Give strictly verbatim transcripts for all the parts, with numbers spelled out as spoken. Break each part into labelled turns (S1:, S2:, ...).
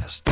S1: Podcast.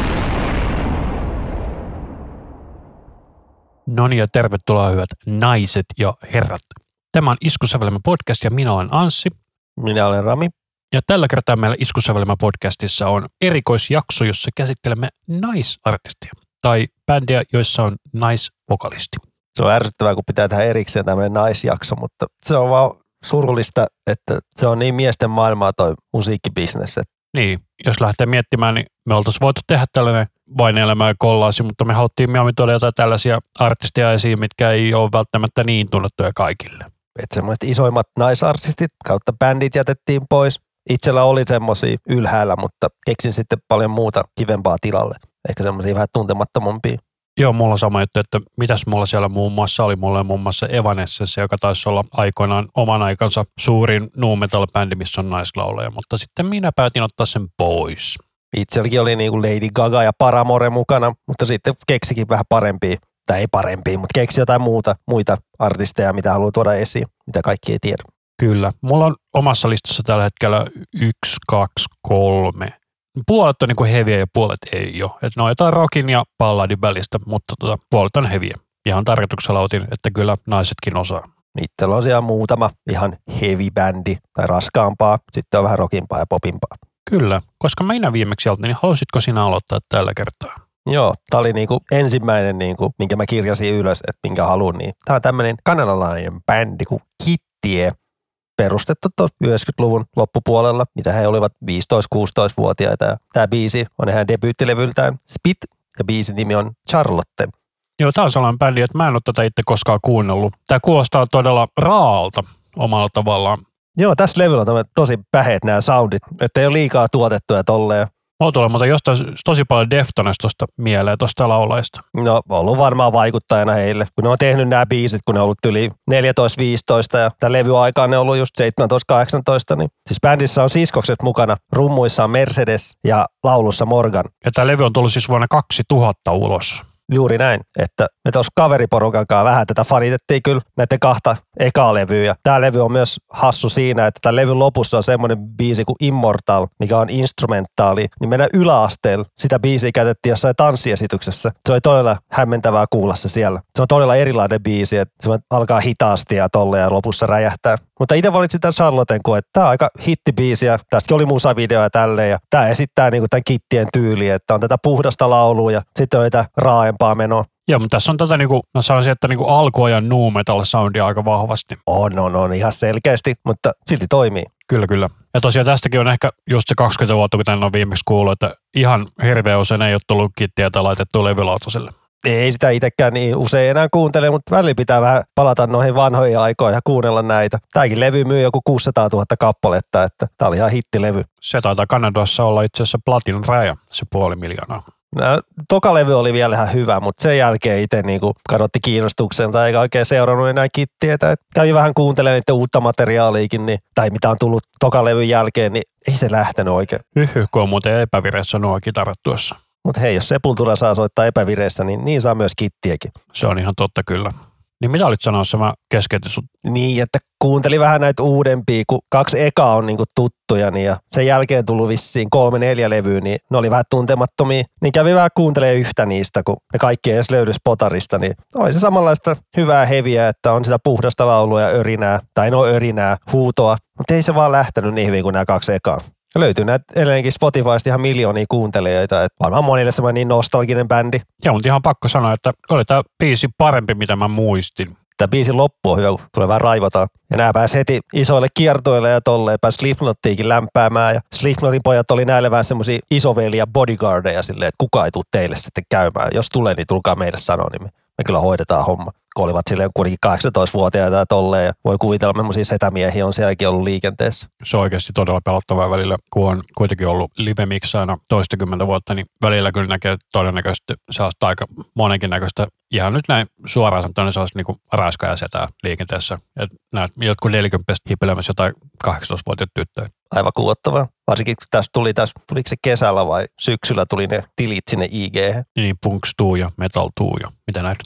S2: No niin ja tervetuloa hyvät naiset ja herrat. Tämä on Iskusävelmä podcast ja minä olen Anssi.
S3: Minä olen Rami.
S2: Ja tällä kertaa meillä Iskusävelmä podcastissa on erikoisjakso, jossa käsittelemme naisartisteja tai bändejä, joissa on naisvokalisti.
S3: Se on ärsyttävää, kun pitää tehdä erikseen tämmöinen naisjakso, mutta se on vaan surullista, että se on niin miesten maailmaa toi musiikkibisnes.
S2: Niin, jos lähtee miettimään, niin me oltaisiin voitu tehdä tällainen vain elämä ja kollaasi, mutta me haluttiin mieluummin tuoda jotain tällaisia artisteja esiin, mitkä ei ole välttämättä niin tunnettuja kaikille.
S3: Että semmoiset isoimmat naisartistit kautta bändit jätettiin pois. Itsellä oli semmoisia ylhäällä, mutta keksin sitten paljon muuta kivempaa tilalle. Ehkä semmoisia vähän tuntemattomampia.
S2: Joo, mulla on sama juttu, että mitäs mulla siellä muun muassa oli. Mulla oli muun muassa Evanescence, joka taisi olla aikoinaan oman aikansa suurin nu metal-bändi, missä on naislaulaja, mutta sitten minä päätin ottaa sen pois.
S3: Itselläkin oli niin kuin Lady Gaga ja Paramore mukana, mutta sitten keksikin vähän parempia, tai ei parempia, mutta keksi jotain muuta, muita artisteja, mitä haluaa tuoda esiin, mitä kaikki ei tiedä.
S2: Kyllä. Mulla on omassa listassa tällä hetkellä yksi, kaksi, kolme. Puolet on niin kuin heviä ja puolet ei ole. Että ne on jotain rockin ja balladin välistä, mutta tota, puolet on heviä. Ihan tarkoituksella otin, että kyllä naisetkin osaa.
S3: Itsellä on siellä muutama ihan heavy-bändi tai raskaampaa, sitten on vähän rockimpaa ja popimpaa.
S2: Kyllä, koska minä viimeksi aloitin, niin halusitko sinä aloittaa tällä kertaa?
S3: Joo, tämä oli niinku ensimmäinen, niinku, minkä mä kirjasin ylös, että minkä haluan. Niin. Tämä on tämmöinen kanadalainen bändi kuin Kittie, perustettu tuossa yhdeksänkymmentäluvun loppupuolella, mitä he olivat viisitoista-kuusitoista-vuotiaita. Ja tämä biisi on heidän debyyttilevyltään Spit ja biisin nimi on Charlotte.
S2: Joo, tämä on sellainen bändi, että mä en ole tätä itse koskaan kuunnellut. Tämä kuulostaa todella raalta omalla tavallaan.
S3: Joo, tässä levyllä on tosi päheet nämä soundit, että ei ole liikaa tuotettu ja tolleen.
S2: Mulla tulee mutta jostain tosi paljon Deftones tuosta mieleen, tuosta laulaista.
S3: No, ollut varmaan vaikuttajana heille, kun ne on tehnyt nämä biisit, kun ne on ollut yli neljätoista viisitoista ja tämän levyaikaan ne on ollut just seitsemäntoista kahdeksantoista. Niin. Siis bändissä on siskokset mukana, rummuissa on Mercedes ja laulussa Morgan.
S2: Ja tämä levy on tullut siis vuonna kaksituhatta ulos.
S3: Juuri näin, että me tuossa kaveriporukan kanssa vähän tätä fanitettiin kyllä näiden kahta ekaa levyä. Tämä levy on myös hassu siinä, että tämän levyn lopussa on semmoinen biisi kuin Immortal, mikä on instrumentaali. Niin meidän yläasteella sitä biisiä käytettiin jossain tanssiesityksessä. Se oli todella hämmentävää kuulla se siellä. Se on todella erilainen biisi, että se alkaa hitaasti ja tolle ja lopussa räjähtää. Mutta itse valitsin tämän Charlotten, kun että tämä on aika hittibiisi ja tästäkin oli musavideo ja tälleen. Ja tämä esittää niinku tämän Kittien tyyliä, että on tätä puhdasta laulua ja sitten on tätä raaempaa menoa.
S2: Joo, mutta tässä on tätä niinku, mä sanoisin, että niinku alkuajan nu metal soundia aika vahvasti.
S3: On, on, on ihan selkeästi, mutta silti toimii.
S2: Kyllä, kyllä. Ja tosiaan tästäkin on ehkä just se kaksikymmentä vuotta, kun tänne on viimeksi kuullut, että ihan hirveän usein ei ole tullut kittiä tai laitettu levylautaselle.
S3: Ei sitä itsekään niin usein enää kuuntele, mutta välillä pitää vähän palata noihin vanhoihin aikoihin ja kuunnella näitä. Tämäkin levy myy joku kuusisataatuhatta kappaletta, että tämä oli ihan hittilevy.
S2: Se taitaa Kanadassa olla itse asiassa platinum raja, se puoli miljoonaa.
S3: No, toka levy oli vielä ihan hyvä, mutta sen jälkeen itse niin kadotti kiinnostuksen tai eikä oikein seurannut enää Kittiä. Kävi vähän kuuntelemaan niiden uutta materiaaliikin, niin, tai mitä on tullut toka levyn jälkeen, niin ei se lähtenyt oikein.
S2: Hyhy, kun on muuten epävireessä nuo kitarat tuossa.
S3: Mutta hei, jos Sepultura saa soittaa epävireessä, niin niin saa myös Kittiäkin.
S2: Se on ihan totta kyllä. Niin mitä olit sanossa, mä keskeytin sut?
S3: Niin, että kuunteli vähän näitä uudempia, kun kaksi ekaa on niinku tuttuja, niin ja sen jälkeen tullut vissiin kolme neljä levyä, niin ne oli vähän tuntemattomia. Niin kävi vähän kuuntelemaan yhtä niistä, kun ne kaikki ei edes löydy Spotarista, niin oli se samanlaista hyvää heviä, että on sitä puhdasta laulua ja örinää, tai no örinää, huutoa, mutta ei se vaan lähtenyt niin hyvin kuin nämä kaksi ekaa. Ja löytyy näitä edelleenkin Spotifysta ihan miljoonia kuuntelijoita, että varmaan monille semmoinen niin nostalginen bändi.
S2: Joo, mutta ihan pakko sanoa, että oli tämä biisi parempi, mitä mä muistin.
S3: Tämä biisin loppu on hyvä, kun tulee vähän raivataan. Ja nämä pääsi heti isoille kiertoille ja tolleen, pääsi Slipknottiinkin lämpäämään. Ja Slipknotin pojat oli näille vähän semmoisia isoveliä bodyguardeja silleen, että kukaan ei tule teille sitten käymään. Jos tulee, niin tulkaa meille sanoa, niin me, me kyllä hoidetaan homma. Kun olivat silleen kuitenkin kahdeksantoista-vuotiaita ja tolleen. Ja voi kuvitella, millaisia setämiehiä on sielläkin ollut liikenteessä.
S2: Se on oikeasti todella pelottavaa välillä, kun on kuitenkin ollut live-miksaina toistakymmentä vuotta, niin välillä kyllä näkee todennäköisesti sellaista aika monenkin näköistä. Ihan nyt näin suoraan sanottuna sellaista niin kuin raiska ja setää liikenteessä. Että näet jotkut neljäkymppiset hipelemässä jotain kahdeksantoista-vuotiaita tyttöjä.
S3: Aivan kuvottavaa. Varsinkin kun tässä tuli tässä, tuliko se kesällä vai syksyllä tuli ne tilit sinne I G.
S2: Niin, Punks Tuuja, Metal Tuuja, mitä näitä nyt on?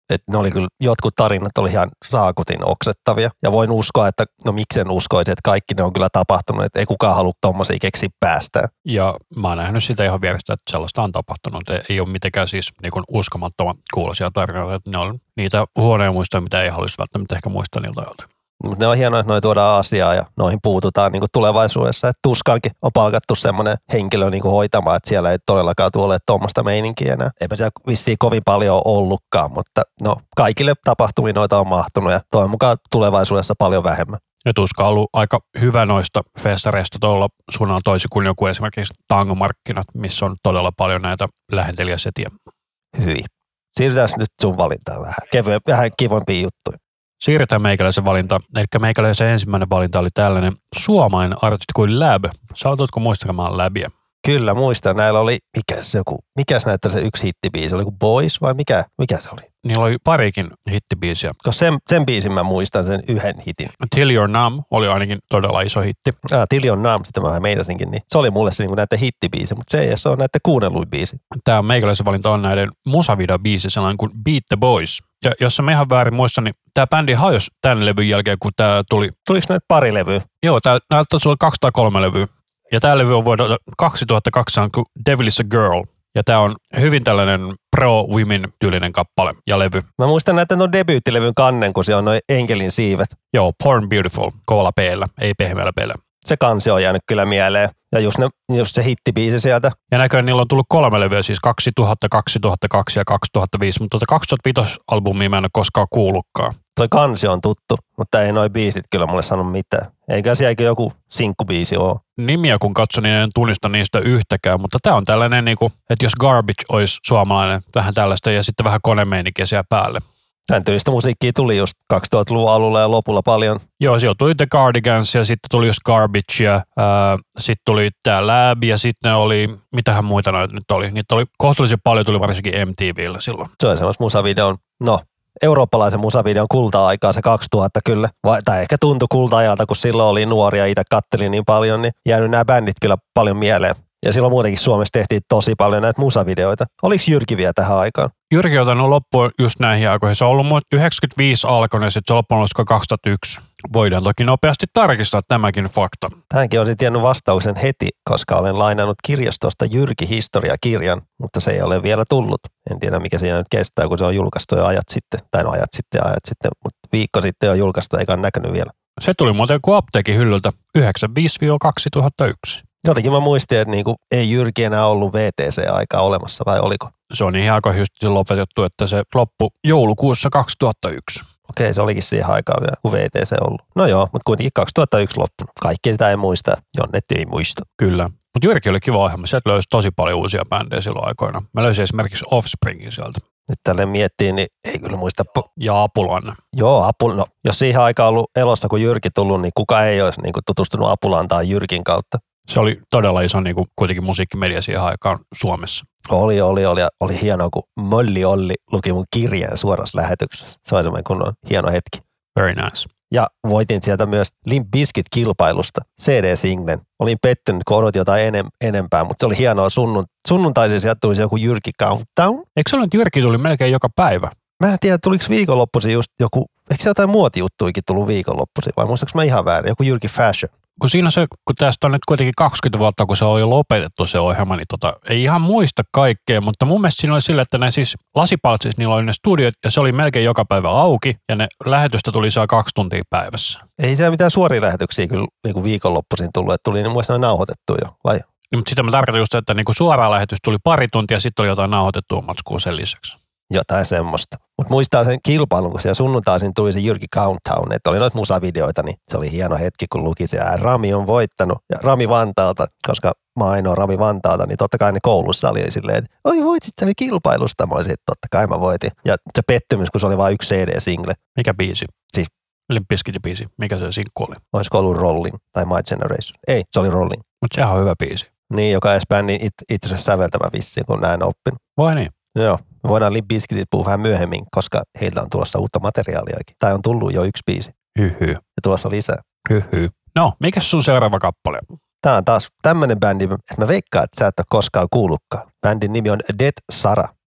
S3: että ne oli kyllä, jotkut tarinat oli ihan saakutin oksettavia. Ja voin uskoa, että no miksen uskoisi, että kaikki ne on kyllä tapahtunut, että ei kukaan halua tommosia keksiä päästään.
S2: Ja mä oon nähnyt sitä ihan vierestä, että sellaista on tapahtunut. Ei ole mitenkään siis niin kuin uskomattoman kuuloisia tarinoita, että ne on niitä huonoja muistoja, mitä ei haluaisi välttämättä ehkä muistaa niiltä ajalta.
S3: Mutta ne on hienoa, että noi tuodaan asiaa ja noihin puututaan niin kuin tulevaisuudessa. Että tuskankin on palkattu semmoinen henkilö niin kuin hoitamaan, että siellä ei todellakaan tule tuommoista meininkiä enää. Eipä siellä vissiin kovin paljon ollutkaan, mutta no kaikille tapahtumiin noita on mahtunut ja toivon mukaan tulevaisuudessa paljon vähemmän.
S2: Ja tuska on ollut aika hyvä noista festareista tuolla suunnalla toisin kuin joku esimerkiksi tangomarkkinat, missä on todella paljon näitä lähentelijäsetiä.
S3: Hyvin. Siirrytään nyt sun valintaan vähän. Kevyen, vähän kivompia juttuja.
S2: Siirretään meikäläisen valinta. Eli meikäläisen ensimmäinen valinta oli tällainen suomalainen artisti kuin Lab. Saatutko muistamaan Labia?
S3: Kyllä muistan. Näillä oli, mikäs joku, mikäs näyttää se yksi hittibiisi? Oli kuin Boys vai mikä, mikä se oli?
S2: Niillä oli parikin hittibiisiä.
S3: Koska sen, sen biisin mä muistan, sen yhden hitin.
S2: Till You're Numb oli ainakin todella iso hitti.
S3: Ah, Till You're Numb, sitä mä meinasinkin. Niin. Se oli mulle se niin näiden hittibiisi, mutta se ei se ole näiden kuunnelluin biisi.
S2: Tämä meikäläisen valinta on näiden musavideo-biisi, sellainen kuin Beat the Boys. Ja jos mä ihan väärin muistan, niin tämä bändi hajosi tämän levyn jälkeen, kun tämä tuli.
S3: Tuliko näitä pari levyä?
S2: Joo, tämä näyttää sulle kaksi tai kolme levyä. Ja tämä levy on vuodelta kaksituhattakaksi kuin Devil is a Girl. Ja tämä on hyvin tällainen pro-women-tyylinen kappale ja levy.
S3: Mä muistan näitä no debyyttilevyn kannen, kun se on noin enkelin siivet.
S2: Joo, Porn Beautiful, kovala P:llä, ei pehmeällä P:llä.
S3: Se kansi on jäänyt kyllä mieleen. Ja just, ne, just se hittibiisi sieltä.
S2: Ja näköjään niillä on tullut kolme levyä, siis kaksituhatta, kaksituhattakaksi ja kaksituhattaviisi, mutta tuota kaksituhattaviisi-albumia mä en ole koskaan kuullutkaan.
S3: Toi kansi on tuttu, mutta ei noi biisit kyllä mulle sano mitään. Eikä sielläkö joku sinkkubiisi ole.
S2: Nimiä kun katson, niin en tunnista niistä yhtäkään, mutta tää on tällainen, niin kuin, että jos Garbage olisi suomalainen, vähän tällaista ja sitten vähän konemeininkiä siellä päälle.
S3: Tämän tyylistä musiikkia tuli just kaksituhattaluvun alulla ja lopulla paljon.
S2: Joo, siellä tuli The Cardigans ja sitten tuli just Garbage ja äh, sitten tuli tää Lab ja sitten oli, mitähän muita noita nyt oli. Niitä oli kohtuullisen paljon, tuli varsinkin M T V:llä silloin.
S3: Se oli semmoista musavideon, no eurooppalaisen musavideon kulta-aikaa se kaksituhatta kyllä. Vai, tai ehkä tuntui kulta-ajalta, kun silloin oli nuoria, itse kattelin niin paljon, niin jäänyt nämä bändit kyllä paljon mieleen. Ja silloin muutenkin Suomessa tehtiin tosi paljon näitä musavideoita. Oliko Jyrki vielä tähän aikaan?
S2: Jyrki on tainnut loppua just näihin aikoihin. Se on ollut yhdeksänkymmentäviisi alkanut ja sitten se on loppunut kaksituhattayksi. Voidaan toki nopeasti tarkistaa tämäkin fakta.
S3: Tähänkin olisin tiennyt vastauksen heti, koska olen lainannut kirjastosta Jyrki-historiakirjan, mutta se ei ole vielä tullut. En tiedä, mikä siinä nyt kestää, kun se on julkaistu jo ajat sitten. Tai no ajat sitten ja ajat sitten, mutta viikko sitten on julkaistu, eikä ole näkynyt vielä.
S2: Se tuli muuten kuin apteekin hyllyltä yhdeksänkymmentäviisi kaksituhattayksi.
S3: Jotenkin mä muistin, että niinku ei Jyrki enää ollut V T C-aikaa olemassa, vai oliko?
S2: Se on niin aika just lopetettu, että se loppui joulukuussa kaksituhattayksi.
S3: Okei, se olikin siihen aikaan vielä, kun V T C ollut. No joo, mutta kuitenkin kaksituhattayksi loppunut. Kaikki sitä ei muista, Jonnet ei muista.
S2: Kyllä, mutta Jyrki oli kiva ohjelma. Sieltä löysi tosi paljon uusia bändejä silloin aikoina. Mä löysin esimerkiksi Offspringin sieltä.
S3: Nyt tälleen miettii, niin ei kyllä muista.
S2: Ja Apulan.
S3: Joo, Apul. No, jos siihen aikaan ollut elossa, kun Jyrki tullut, niin kuka ei olisi niin kuin tutustunut Apulaan tai Jyrkin kautta.
S2: Se oli todella iso niin kuin kuitenkin musiikkimedia siihen aikaan Suomessa.
S3: Oli, oli, oli. Oli hienoa, kun Molli Olli luki mun kirjeen suorassa lähetyksessä. Se oli semmoinen kunnon hieno hetki.
S2: Very nice.
S3: Ja voitin sieltä myös Limp Bizkit-kilpailusta C D-singlen. Olin pettynyt, kun odotin jotain enem, enempää, mutta se oli hienoa. Sunnun, sunnuntaisin sieltä tuli joku Jyrki Countdown.
S2: Eikö se ole, että Jyrki tuli melkein joka päivä?
S3: Mä en tiedä, tuliko viikonloppuisin just joku, eikö se jotain muotijuttuikin tullut viikonloppuisin, vai muistaaks mä ihan väärin, joku Jyrki Fashion.
S2: Kun siinä se, kun tästä on nyt kuitenkin kaksikymmentä vuotta, kun se on jo lopetettu se ohjelma, niin tota, ei ihan muista kaikkea, mutta mun mielestä siinä oli sillä, että ne siis Lasipaltsissa, niillä oli ne studiot, ja se oli melkein joka päivä auki, ja ne lähetystä tuli saa kaksi tuntia päivässä.
S3: Ei siellä mitään suoria lähetyksiä kyllä niin kuin viikonloppuisin tullut, että tuli niin muista nauhoitettu jo, vai?
S2: Niin, mutta sitä mä tarkoitan just, että niin kuin suoraan lähetys tuli pari tuntia, ja sitten oli jotain nauhoitettua matskua sen lisäksi.
S3: Jotain semmoista. Mutta muistaa sen kilpailun, kun siellä sunnuntaisin tuli se Jyrki Countdown, että oli noita musavideoita, niin se oli hieno hetki, kun luki se, ja Rami on voittanut, ja Rami Vantaalta, koska mä ainoa Rami Vantaalta, niin totta kai ne koulussa oli silleen, että oi voitit sä kilpailusta, mä olisin, että totta kai mä voitin. Ja se pettymys, kun se oli vain yksi C D-single.
S2: Mikä biisi?
S3: Siis
S2: Limp Bizkitin biisi. Mikä se sinkku oli?
S3: Olisiko ollut Rolling tai My Generation? Ei, se oli Rolling.
S2: Mutta sehän on hyvä biisi.
S3: Niin, joka edes bändin it, itse säveltämä vissiin, kun näin oppinut.
S2: Vai niin?
S3: Joo. Me voidaan Limp Bizkitit puhua vähän myöhemmin, koska heiltä on tulossa uutta materiaaliakin. Tai on tullut jo yksi biisi.
S2: Hyhy.
S3: Ja tulossa lisää.
S2: Hyhy. No, mikä sun seuraava kappale?
S3: Tää on taas tämmönen bändi, että mä veikkaan, että sä et ole koskaan kuullutkaan. Bändin nimi on Dead Sara.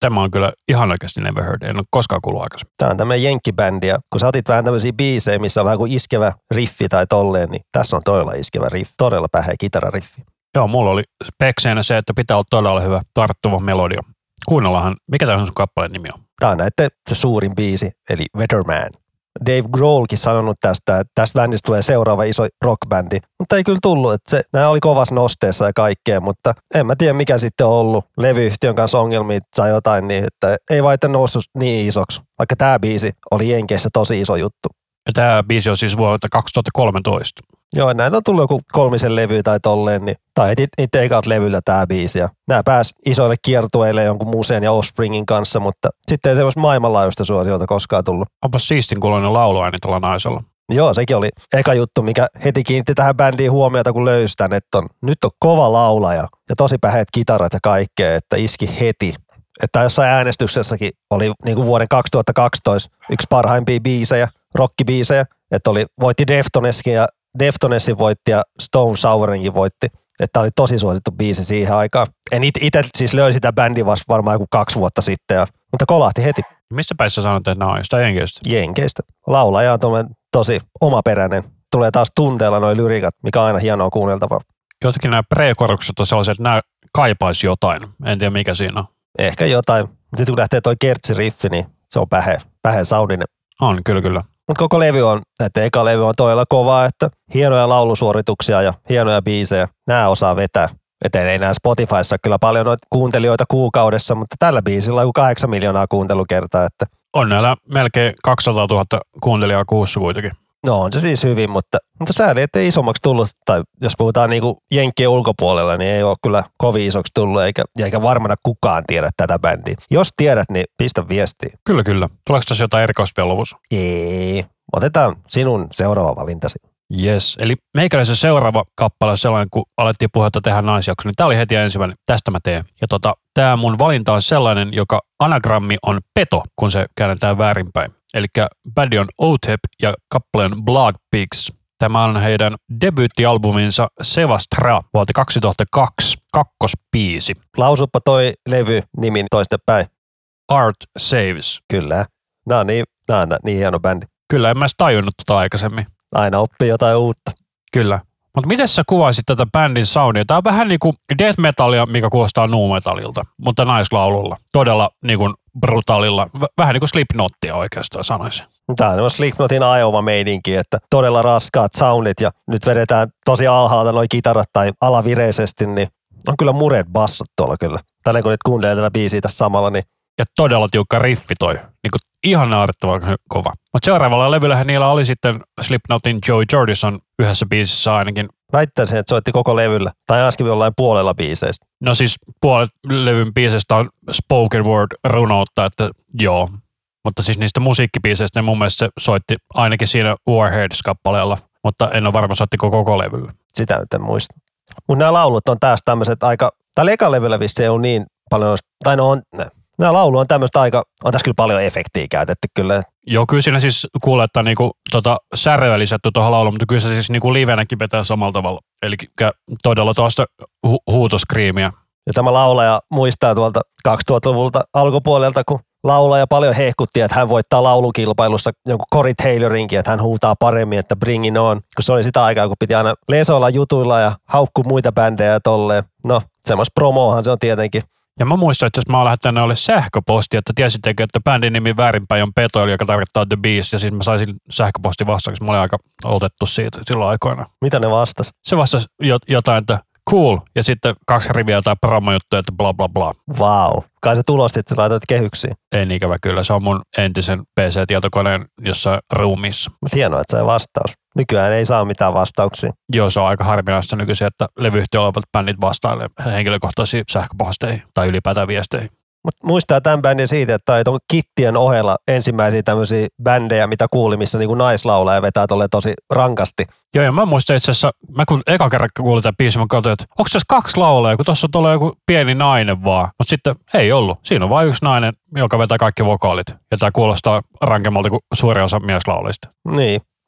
S2: Tämä on kyllä ihan oikeasti Never Heard. En ole koskaan kuullut aikaisemmin.
S3: Tämä on tämmöinen jenkkibändi, ja kun sä otit vähän tämmöisiä biisejä, missä on vähän kuin iskevä riffi tai tolleen, niin tässä on todella iskevä riffi. Todella päheä kitarariffi.
S2: Joo, mulla oli spekseenä se, että pitää olla todella hyvä tarttuva melodia. Kuunnellaanhan, mikä tämä sun kappaleen nimi on?
S3: Tämä on näette se suurin biisi, eli Weatherman. Dave Grohlkin sanonut tästä, että tästä bändistä tulee seuraava iso rockbändi, mutta ei kyllä tullut, että se, nämä oli kovassa nosteessa ja kaikkea, mutta en mä tiedä mikä sitten on ollut. Levyyhtiön kanssa ongelmia tai jotain niin, että ei vaan noussut niin isoksi, vaikka tämä biisi oli Jenkeissä tosi iso juttu.
S2: Ja tämä biisi on siis vuodelta kaksituhattakolmetoista.
S3: Joo, näitä on tullut joku kolmisen levy tai tolleen, niin, tai niitä ekat levyllä tämä biisi. Ja nämä pääsi isoille kiertueille jonkun Museen ja Offspringin kanssa, mutta sitten ei semmoista maailmanlaajuista suosiota koskaan tullut.
S2: Onpas siistin kuuloinen lauluääni tällä naisella.
S3: Joo, sekin oli eka juttu, mikä heti kiinnitti tähän bändiin huomiota, kun löysi tämän, että on, nyt on kova laulaja ja tosi päheät kitarat ja kaikkea, että iski heti. Että jossain äänestyksessäkin oli niin kuin vuoden kaksituhattakaksitoista yksi parhaimpia biisejä, rockibiisejä, että oli, voitti Deftoneskin ja Deftonesin voitti ja Stone Sourinkin voitti. Että oli tosi suosittu biisi siihen aikaan. En itse siis löysi sitä bändiä vasta varmaan joku kaksi vuotta sitten, ja, mutta kolahti heti.
S2: Missä päissä sanot, että nämä on jostain Jenkeistä?
S3: Jenkeistä. Laulaja on tosi omaperäinen. Tulee taas tunteella noi lyrikat, mikä on aina hienoa kuunneltavaa.
S2: Jotenkin nämä pre-korukset on sellaisia, että nämä kaipaisi jotain. En tiedä mikä siinä on.
S3: Ehkä jotain. Sitten kun lähtee toi kertsiriffi, niin se on päheä, päheä soundinen.
S2: On, kyllä, kyllä.
S3: Mutta koko levy on, että eka levy on todella kovaa, että hienoja laulusuorituksia ja hienoja biisejä. Nämä osaa vetää. Että ei näe Spotifyssa kyllä paljon noita kuuntelijoita kuukaudessa, mutta tällä biisillä on joku kahdeksan miljoonaa kuuntelukertaa. Että
S2: on näillä melkein kaksisataatuhatta kuuntelijaa kuussa kuitenkin.
S3: No on se siis hyvin, mutta, mutta sääli, ettei isommaksi tullut. Tai jos puhutaan niinku Jenkkien ulkopuolella, niin ei ole kyllä kovin isoksi tullut, eikä, eikä varmana kukaan tiedä tätä bändiä. Jos tiedät, niin pistä viestiä.
S2: Kyllä, kyllä. Tuleeko tässä jotain erikoisvelvollisuus?
S3: Ei. Otetaan sinun seuraava valintasi.
S2: Yes, eli meikäläisen seuraava kappale on sellainen, kun alettiin puhetta tehdä naisjakso, niin tämä oli heti ensimmäinen, tästä mä teen. Ja tota, tämä mun valinta on sellainen, joka anagrammi on peto, kun se käännetään väärinpäin. Eli bändi on O-Tep ja kappaleen Blood Pigs. Tämä on heidän debyyttialbuminsa Sevastra vuodelta kaksituhattakaksi, kakkospiisi.
S3: Lausuppa toi levy nimin toistepäin.
S2: Art Saves.
S3: Kyllä, nämä on niin, nämä on niin hieno bändi.
S2: Kyllä, en mä edes tajunnut tota aikaisemmin.
S3: Aina oppii jotain uutta.
S2: Kyllä. Mutta miten sä kuvaisit tätä bändin soundia? Tää on vähän niin kuin death metalia, mikä kuulostaa nu metalilta, mutta naislaululla. Todella niin kuin brutaalilla, vähän niin kuin Slipknotia oikeastaan sanoisin.
S3: Tämä on Slipknotin Iowa meidinki, että todella raskaat soundit ja nyt vedetään tosi alhaalta noi kitarat tai alavireisesti, niin on kyllä mureet bassot tuolla kyllä. Tällä kun nyt kuuntelee tätä biisiä tässä samalla, niin
S2: ja todella tiukka riffi toi. Niin kuin ihan naurettavan kova. Mutta seuraavalla levyllähän niillä oli sitten Slipknotin Joey Jordison yhdessä biisissä ainakin.
S3: Väittäisin, että soitti koko levyllä. Tai ainakin jollain puolella biiseistä.
S2: No siis puolet levyn biisestä on spoken word runoutta, että joo. Mutta siis niistä musiikkibiiseistä niin mun mielestä se soitti ainakin siinä Warheads-kappaleella. Mutta en ole varma, soittiko koko levyllä.
S3: Sitä nyt en muista. Mutta nämä laulut on taas tämmöiset aika, tai eka levyllä vissi ei ole niin paljon, tai no on, ne. Nämä laulu on tämmöistä aika, on tässä kyllä paljon efektiä käytetty kyllä.
S2: Joo, kyllä siinä siis kuulee, että niinku, tota, säröä lisätty tuohon lauluun, mutta kyllä se siis niinku livenäkin vetää samalla tavalla. Eli todella tuosta hu- huutoskriimiä.
S3: Ja tämä laulaja muistaa tuolta kaksituhattaluvulta alkupuolelta, kun laulaja paljon hehkutti, että hän voittaa laulukilpailussa jonkun Corey Taylorinkin, että hän huutaa paremmin, että bring it on. Kun se oli sitä aikaa, kun piti aina lesoilla jutuilla ja haukkua muita bändejä ja tolleen. No, semmoista promoahan se on tietenkin.
S2: Ja mä muistan, että mä oon lähettänyt alle sähköpostia, että tiesittekö, että bändin nimi väärinpäin on Peto, joka tarkoittaa The Beast, ja siis mä saisin sähköpostin vastaaksi. Mä olin aika otettu siitä silloin aikoina.
S3: Mitä ne vastasi?
S2: Se vastasi jotain, että cool, ja sitten kaksi riviä tai promojuttuja, että bla bla bla.
S3: Vau. Wow. Kai se tulosti, että laitoit kehyksiin.
S2: Ei niin ikävä kyllä, se on mun entisen P C-tietokoneen jossain ruumissa.
S3: Hienoa, että sai vastaus. Nykyään ei saa mitään vastauksia.
S2: Joo, se on aika harvinaista nykyisin, että levyyhtiö olevat bändit vastailee henkilökohtaisiin sähköposteihin tai ylipäätään viesteihin.
S3: Mutta muistaa tämän bändin siitä, että on Kittien ohella ensimmäisiä tämmöisiä bändejä, mitä kuuli, missä niinku naislaulaja vetää tolle tosi rankasti.
S2: Joo, ja mä muistan itse asiassa, mä kun eka kerran kuulin tämän biisin, mä katsoin, että onko tässä kaksi laulajaa, kun tuossa tulee joku pieni nainen vaan. Mutta sitten ei ollut. Siinä on vain yksi nainen, joka vetää kaikki vokaalit. Ja tämä kuulostaa rankemmalta kuin suuri osa mieslaulista.
S3: Niin.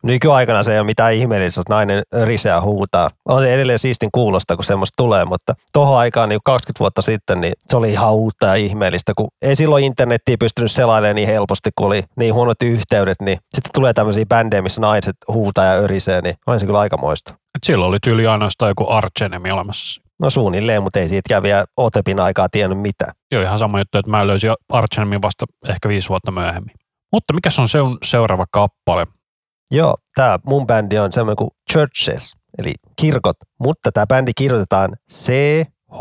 S3: Nykyaikana se ei ole mitään ihmeellistä, jos nainen riseä huutaa. On se edelleen siistin kuulosta, kun semmoista tulee, mutta tohon aikaan niin kaksikymmentä vuotta sitten niin se oli ihan uutta ja ihmeellistä, kun ei silloin internettiä pystynyt selailemaan niin helposti, kun oli niin huonot yhteydet, niin sitten tulee tämmöisiä bändejä, missä naiset huutaa ja örisee, niin oli se kyllä aikamoista.
S2: Et silloin oli tyyli ainoastaan joku Arch Enemy olemassa.
S3: No suunnilleen, mutta ei siitäkään vielä Otepin aikaa tiennyt mitään.
S2: Joo, ihan sama juttu, että mä löysin Arch Enemy vasta ehkä viisi vuotta myöhemmin. Mutta mikä on se seuraava kappale?
S3: Joo, tämä mun bändi on semmoinen kuin Churches, eli kirkot, mutta tämä bändi kirjoitetaan C H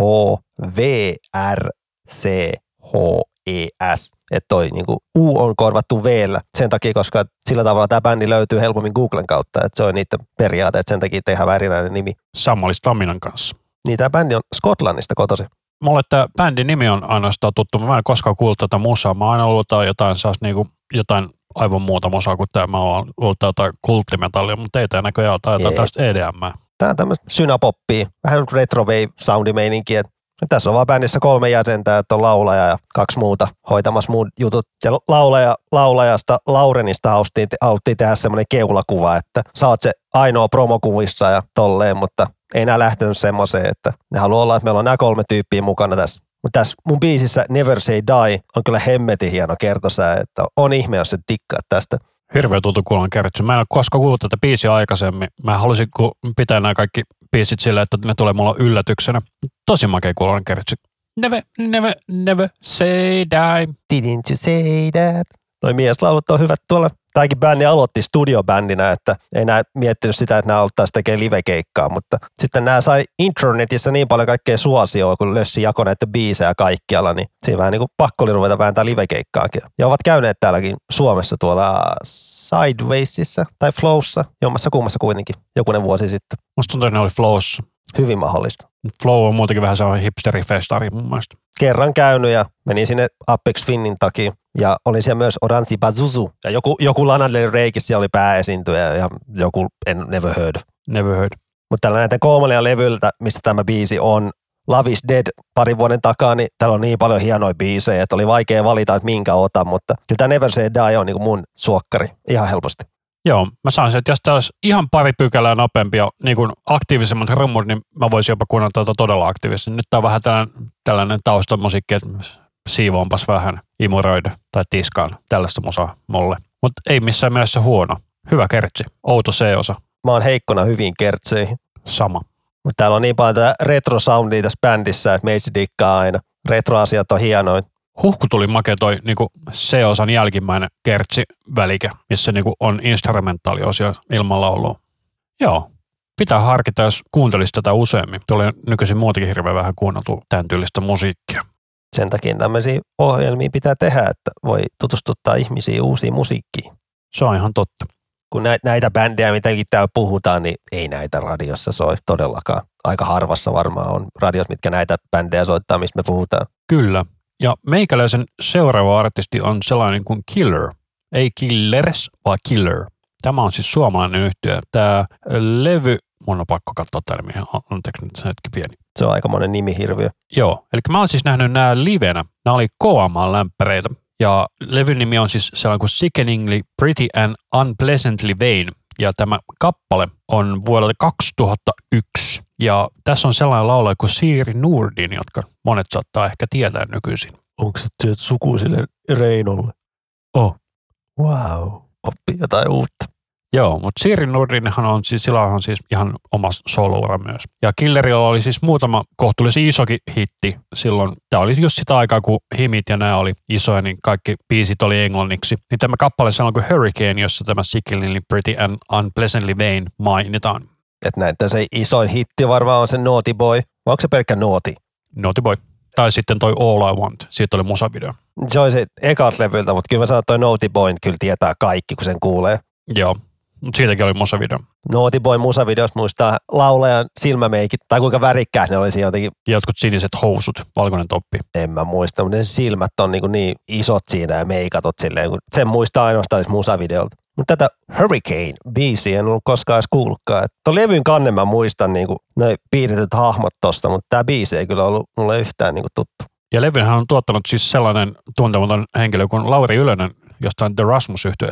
S3: V R C H E S, että toi niinku U on korvattu V:llä sen takia, koska sillä tavalla tämä bändi löytyy helpommin Googlen kautta, että se on niiden periaate, että sen takia tehdään erinäinen nimi.
S2: Samali Staminan kanssa.
S3: Niin tämä bändi on Skotlannista kotoisin.
S2: Mulle tämä bändin nimi on ainoastaan tuttu. Mä en koskaan kuullut tätä musaa. Mä oon aina ollut jotain, niinku, jotain aivan muuta musaa kuin tämä. Mä oon ollut jotain kulttimetallia, mutta ei tämä näköjään ole jotain tästä E D M.
S3: Tämä on tämmöistä synäpoppia, vähän retro-wave soundimeininkiä. Tässä on vaan bändissä kolme jäsentä, että on laulaja ja kaksi muuta hoitamassa muut jutut. Ja laulaja, laulajasta Laurenista haluttiin, haluttiin tehdä semmoinen keulakuva, että sä oot se ainoa promokuvissa ja tolleen, mutta ei nää lähtenyt semmoiseen, että ne haluaa olla, että meillä on nämä kolme tyyppiä mukana tässä. Mutta tässä mun biisissä Never Say Die on kyllä hemmetin hieno kertosää, että on ihme, jos et dikkaa tästä.
S2: Hirveä tuttu kuulan kertsi. Mä en ole koskaan kuullut tätä biisiä aikaisemmin. Mä halusin pitää nämä kaikki biisit sillä, että ne tulee mulla yllätyksenä. Tosi makea kuulan kertsi. Never, never, never say die.
S3: Didn't you say that? Noi mieslaulut on hyvät tuolla. Tämäkin bändi aloitti studiobändinä, että ei nää miettinyt sitä, että nämä aloittaisi tekemään livekeikkaa, mutta sitten nämä sai internetissä niin paljon kaikkea suosioa, kun Lössi jakoi näitä biisejä kaikkialla, niin siinä vähän niin kuin pakko oli ruveta vääntää livekeikkaakin. Ja ovat käyneet täälläkin Suomessa tuolla Sidewaysissa tai Flowssa, jommassa kummassa kuitenkin, jokunen vuosi sitten.
S2: Musta tuntuu, että ne oli Flowssa.
S3: Hyvin mahdollista.
S2: Flow on muutenkin vähän sellainen hipsterifestari mun mielestä.
S3: Kerran käynyt ja menin sinne Apex Finnin takia ja oli siellä myös Oranzi Bazuzu ja joku, joku Lana Del Reykin siellä oli pääesiintyjä ja joku en never heard.
S2: Never heard.
S3: Mutta tällä näiden kolmannella levyltä, mistä tämä biisi on, Love is Dead parin vuoden takaa, niin täällä on niin paljon hienoja biisejä, että oli vaikea valita, että minkä otan, mutta kyllä tämä Never Say Die on niin kuin mun suokkari ihan helposti.
S2: Joo, mä sanoisin, että jos tämä olisi ihan pari pykälää nopeampi ja niin kuin aktiivisemmat rummut, niin mä voisin jopa kuunnella tätä todella aktiivisesti. Nyt tää on vähän tällainen, tällainen taustamusiikki, että siivoonpas vähän, imuroida tai tiskaan tällaista musaa mulle. Mutta ei missään mielessä huono. Hyvä kertsi, outo C-osa.
S3: Mä oon heikkona hyvin kertseihin.
S2: Sama.
S3: Mutta täällä on niin paljon tätä retro-soundia tässä bändissä, että meitsi dikkaa aina. Retro-asiat on hienoin.
S2: Huhku tuli makea toi niinku C-osan jälkimmäinen kertsi-välikä, missä niinku on instrumentaaliosio ilman laulua. Joo, pitää harkita, jos kuuntelisi tätä useammin. Tulee nykyisin muutenkin hirveän vähän kuunneltu tämän tyylistä musiikkia.
S3: Sen takia tämmöisiä ohjelmia pitää tehdä, että voi tutustuttaa ihmisiä uusiin musiikkiin.
S2: Se on ihan totta.
S3: Kun näitä bändejä, mitäkin täällä puhutaan, niin ei näitä radiossa soi todellakaan. Aika harvassa varmaan on radios, mitkä näitä bändejä soittaa, mistä me puhutaan.
S2: Kyllä. Ja meikäläisen seuraava artisti on sellainen kuin Killer. Ei Killers, vaan Killer. Tämä on siis suomalainen yhtye. Tämä levy, mun on pakko katsoa täällä, mihin anteeksi nyt se hetki pieni.
S3: Se on aikamoinen nimihirviö.
S2: Joo, eli mä oon siis nähnyt nämä livenä. Nämä oli Koamaan lämpäreitä. Ja levyn nimi on siis sellainen kuin Sickeningly Pretty and Unpleasantly Vain. Ja tämä kappale on vuodelta kaksituhattayksi. Ja tässä on sellainen laulaja kuin Siiri Nordin, jotka monet saattaa ehkä tietää nykyisin.
S3: Onko se työt suku sille Reinolle?
S2: Oh.
S3: Wow, oppii jotain uutta.
S2: Joo, mutta Siiri Nordinhan on siis, sillä on siis ihan oma solo-ura myös. Ja Killerilla oli siis muutama kohtuullisen isokin hitti silloin. Tämä oli just sitä aikaa, kun himit ja nämä oli isoja, niin kaikki biisit oli englanniksi. Niin tämä kappale on kuin Hurricane, jossa tämä Sickeningly Pretty and Unpleasantly Vain mainitaan.
S3: Että näitä se isoin hitti varmaan on se Naughty Boy. Vai onko se pelkkä Naughty?
S2: Naughty Boy. Tai sitten toi All I Want. Siitä oli musavideo.
S3: Se oli se ekat levyltä, mutta kyllä mä sanon, että toi Naughty Boy kyllä tietää kaikki, kun sen kuulee.
S2: Joo. Mutta siitäkin oli musavideo.
S3: Naughty Boy musavideossa muistaa laulajan silmämeikit, tai kuinka värikkää ne oli siinä jotenkin.
S2: Jotkut siniset housut, valkoinen toppi.
S3: En mä muista, mutta ne silmät on niin, niin isot siinä ja meikatot silleen, kun sen muistaa ainoastaan musavideolta. Mutta tätä Hurricane-biisiä en ollut koskaan edes kuullutkaan. Tuon levyn kannen mä muistan niin noin piirretyt hahmot tosta, mutta tämä biisi ei kyllä ollut mulle yhtään niin tuttu.
S2: Ja levynhän on tuottanut siis sellainen tuntematon henkilö kuin Lauri Ylönen jostain The Rasmus-yhtyeestä.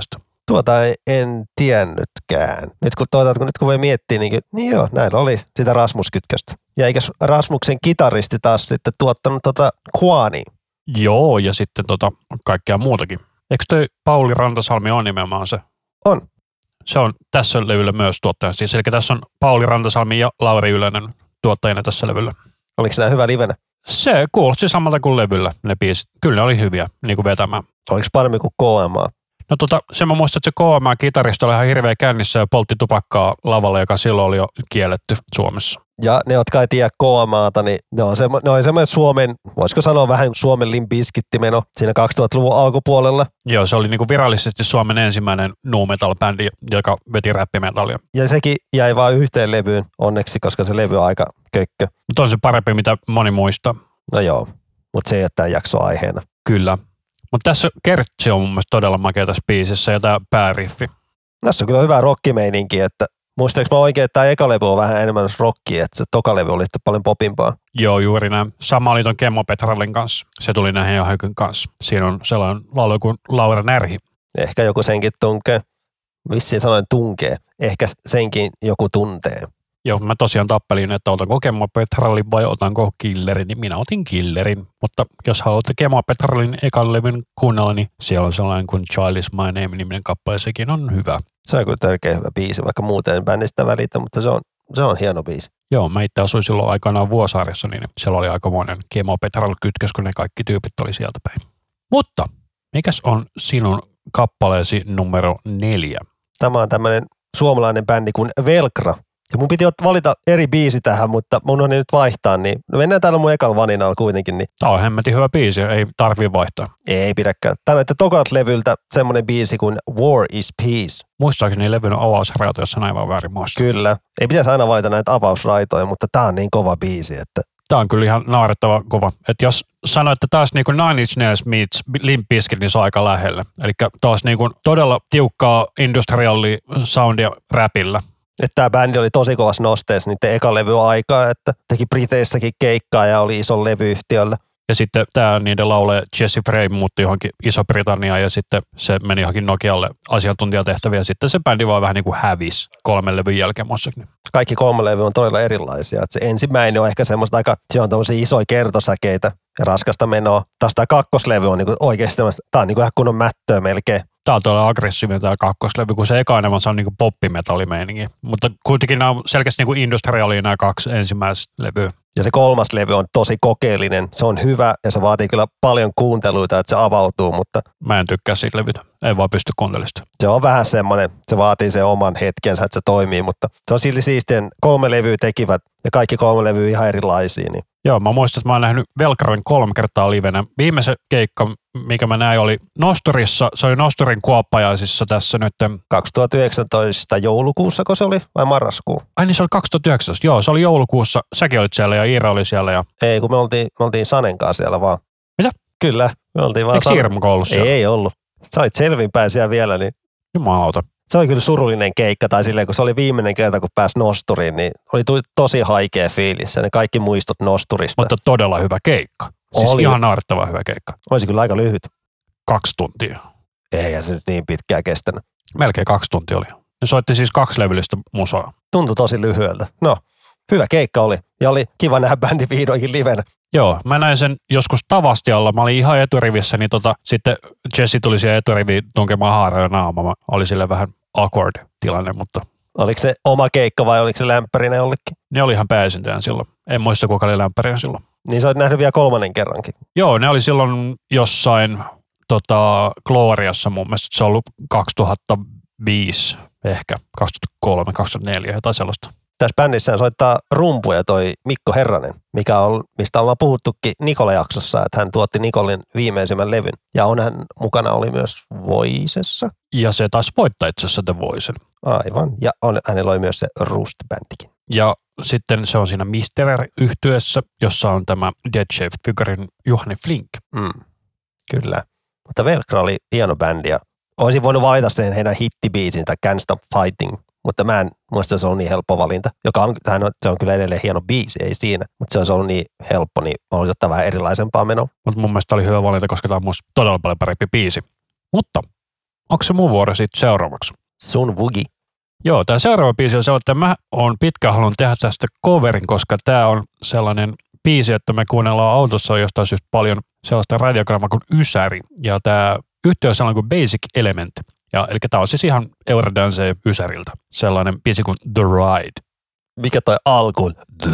S3: Tuota ei, en tiennytkään. Nyt kun, tuota, kun, nyt kun voi miettiä, niin, niin joo, näillä oli sitä Rasmus-kytköstä. Ja eikä Rasmuksen kitaristi taas sitten tuottanut tota Juania?
S2: Joo, ja sitten tota, kaikkea muutakin. Eikö toi Pauli Rantasalmi ole nimenomaan se?
S3: On.
S2: Se on tässä levyllä myös tuottajana. Siis, eli tässä on Pauli Rantasalmi ja Lauri Ylönen tuottajina tässä levyllä.
S3: Oliko nämä hyvä livenä?
S2: Se kuulosti samalta kuin levyllä ne biisit. Kyllä ne oli hyviä niin kuin vetämään.
S3: Oliko paremmin kuin K M A?
S2: No tota, se mä muistan, että se K M A-kitaristi oli ihan hirveä kännissä ja poltti tupakkaa lavalla, joka silloin oli jo kielletty Suomessa.
S3: Ja ne, jotka ei tiedä K M A:ta, niin ne on, semmo, ne on semmoinen Suomen, voisiko sanoa vähän Suomen Limp Bizkit-meno siinä kaksituhattaluvun alkupuolella.
S2: Joo, se oli niinku virallisesti Suomen ensimmäinen nu metal-bändi, joka veti räppimetallia.
S3: Ja sekin jäi vain yhteen levyyn onneksi, koska se levy on aika kökkö.
S2: Mutta on se parempi, mitä moni muistaa.
S3: No joo, mutta se ei ole tämän jakso aiheena.
S2: Kyllä. Mutta tässä kertsi on mun mielestä todella makea tässä biisissä ja tämä pääriffi.
S3: Tässä on kyllä hyvä rockimeininki, että muistaaks mä oikein, että tämä eka levy on vähän enemmän rockia, että se toka levy oli paljon popimpaa.
S2: Joo, juuri näin. Sama oli ton Kemo Petralin kanssa. Se tuli näihin ja Hykyn kanssa. Siinä on sellainen laulu kuin Laura Närhi.
S3: Ehkä joku senkin tunkee. Vissiin sanoin tunkee. Ehkä senkin joku tuntee.
S2: Joo, mä tosiaan tappelin, että otanko Kemo Petralin vai otanko Killerin, niin minä otin Killerin. Mutta jos haluatte Kemo Petralin ekan levyn kuunnella, niin siellä on sellainen kuin Child is my name-niminen kappale, sekin on hyvä.
S3: Se on kyllä törkeä hyvä biisi, vaikka muuten bändistä välitä, mutta se on, se on hieno biisi.
S2: Joo, mä itse asuin silloin aikanaan Vuosaaressa, niin siellä oli aikamoinen Kemo Petral-kytkös, kun ne kaikki tyypit oli sieltä päin. Mutta mikäs on sinun kappaleesi numero neljä? Tämä
S3: on tämmöinen suomalainen bändi kuin Velkra. Ja mun piti valita eri biisi tähän, mutta mun on nyt vaihtaa, niin no mennään täällä mun ekalla vaninalla kuitenkin. Niin.
S2: Tämä on hemmetin hyvä biisi, ei tarvii vaihtaa.
S3: Ei pidäkään. Tämä on että tokat levyltä semmoinen biisi kuin War is Peace.
S2: Muistaakseni levyn avausraito, jos on aivan väärin muista.
S3: Kyllä. Ei pitäisi aina valita näitä avausraitoja, mutta tämä on niin kova biisi, että...
S2: Tämä on kyllä ihan naarettava kova. Että jos sanoit, että taas niin kuin Nine Inch Nails meets Limp Bizkit, niin se on aika lähellä. Eli taas niin kuin todella tiukkaa industriallia soundia räpillä.
S3: Että tämä bändi oli tosi kovassa nosteessa niiden eka levy aikaa, että teki Briteissäkin keikkaa ja oli ison levyyhtiöllä.
S2: Ja sitten tämä niiden laulaja Jesse Frame muutti johonkin Iso-Britanniaan ja sitten se meni johonkin Nokialle asiantuntijatehtäviä ja sitten se bändi vaan vähän niin kuin hävisi kolmen levyn jälkeen muissakin.
S3: Kaikki kolme levy on todella erilaisia. Että se ensimmäinen on ehkä semmoista aika, se on tommosia isoja kertosäkeitä ja raskasta menoa. Taas tämä kakkoslevy on niinku oikeasti tämmöistä, tämä on niinku ihan kunnon mättöä melkein.
S2: Tämä on todella aggressiivinen tämä kakkoslevy, kun se eka enemmän se on niin kuin poppimetallimeininki. Mutta kuitenkin nämä on selkeästi niin kuin industriaalia nämä kaksi ensimmäistä levyä.
S3: Ja se kolmas levy on tosi kokeellinen. Se on hyvä ja se vaatii kyllä paljon kuunteluita, että se avautuu, mutta...
S2: Mä en tykkää siitä levytä. Ei vaan pysty kuuntelemaan.
S3: Se on vähän semmoinen, se vaatii sen oman hetkensä, että se toimii, mutta se on silti siistien kolme levyä tekivät ja kaikki kolme levyä ihan erilaisia. Niin.
S2: Joo, mä muistan, että mä oon nähnyt Velkarin kolme kertaa livenä. Viimeisen keikka, mikä mä näin, oli Nosturissa. Se oli Nosturin kuoppajaisissa tässä nyt.
S3: kaksituhattayhdeksäntoista joulukuussa, kun se oli, vai marraskuu?
S2: Ai niin, se oli kaksituhattayhdeksäntoista. Joo, se oli joulukuussa. Säkin olit siellä ja Iira oli siellä. Ja...
S3: Ei, kun me oltiin, me oltiin Sanen kanssa siellä vaan.
S2: Mitä?
S3: Kyllä, me oltiin vaan.
S2: Eikö Siirmuko ollut siellä?
S3: Ei, ei ollut. Sä olit selvinpäin siellä vielä, niin...
S2: Jumalauta.
S3: Se oli kyllä surullinen keikka, tai silleen, kun se oli viimeinen kerta, kun pääsi Nosturiin, niin oli tosi haikea fiilis ja ne kaikki muistot Nosturista.
S2: Mutta todella hyvä keikka. Siis
S3: oli.
S2: Ihan naarittava hyvä keikka.
S3: Olisi kyllä aika lyhyt.
S2: Kaksi tuntia.
S3: Eihän se nyt niin pitkään kestänyt.
S2: Melkein kaksi tuntia oli. Ne soitti siis kaksi levyllistä musaa.
S3: Tuntui tosi lyhyeltä. No, hyvä keikka oli. Ja oli kiva nähdä bändi vihdoinkin livenä.
S2: Joo, mä näin sen joskus Tavastialla. Mä olin ihan eturivissä, niin tota, sitten Jesse tuli siihen eturiviin tunkemaan haaroja naamaa. Mä oli sille vähän awkward tilanne, mutta...
S3: Oliko se oma keikka vai oliko se lämpärinen jollekin?
S2: Ne oli ihan pääesintäjän silloin. En muista, kuka oli lämpärinä silloin.
S3: Niin sä oot nähnyt vielä kolmannen kerrankin.
S2: Joo, ne oli silloin jossain tota, Gloriassa mun mielestä. Se on ollut kaksituhattaviisi ehkä, kaksituhattakolme, kaksituhattaneljä, jotain sellaista.
S3: Tässä bändissä soittaa rumpuja toi Mikko Herranen, mikä on, mistä ollaan puhuttukin Nikola-jaksossa, että hän tuotti Nikolin viimeisimmän levyn. Ja on hän mukana oli myös Voisessa.
S2: Ja se taisi voittaa itse asiassa The Voicen.
S3: Aivan. Ja on, hänellä oli myös se Rust-bändikin.
S2: Ja sitten se on siinä Misterer-yhtyeessä, jossa on tämä Dead Shape-figurin Juhani Flink.
S3: Mm, kyllä. Mutta Velkra oli hieno bändi ja olisin voinut valita sen heidän hittibiisin tai Can't Stop Fighting. Mutta mä en muista, se on niin helppo valinta, joka on, se on kyllä edelleen hieno biisi, ei siinä. Mutta se olisi ollut niin helppo, niin olisi ottaa vähän erilaisempaa menoa.
S2: Mutta mun mielestä oli hyvä valinta, koska tämä on musta todella paljon parempi biisi. Mutta onko se mun vuoro sitten seuraavaksi?
S3: Sun vugi.
S2: Joo, tämä seuraava biisi on sellainen, että mä oon pitkään halunnut tehdä tästä coverin, koska tämä on sellainen biisi, että me kuunnellaan autossa jostain syystä paljon sellaista radiogrammaa kuin Ysäri. Ja tämä yhtiö on sellainen kuin Basic Element. Ja, eli tämä on siis ihan Eurodance Ysäriltä. Sellainen biisi kuin The Ride.
S3: Mikä toi alkuun? The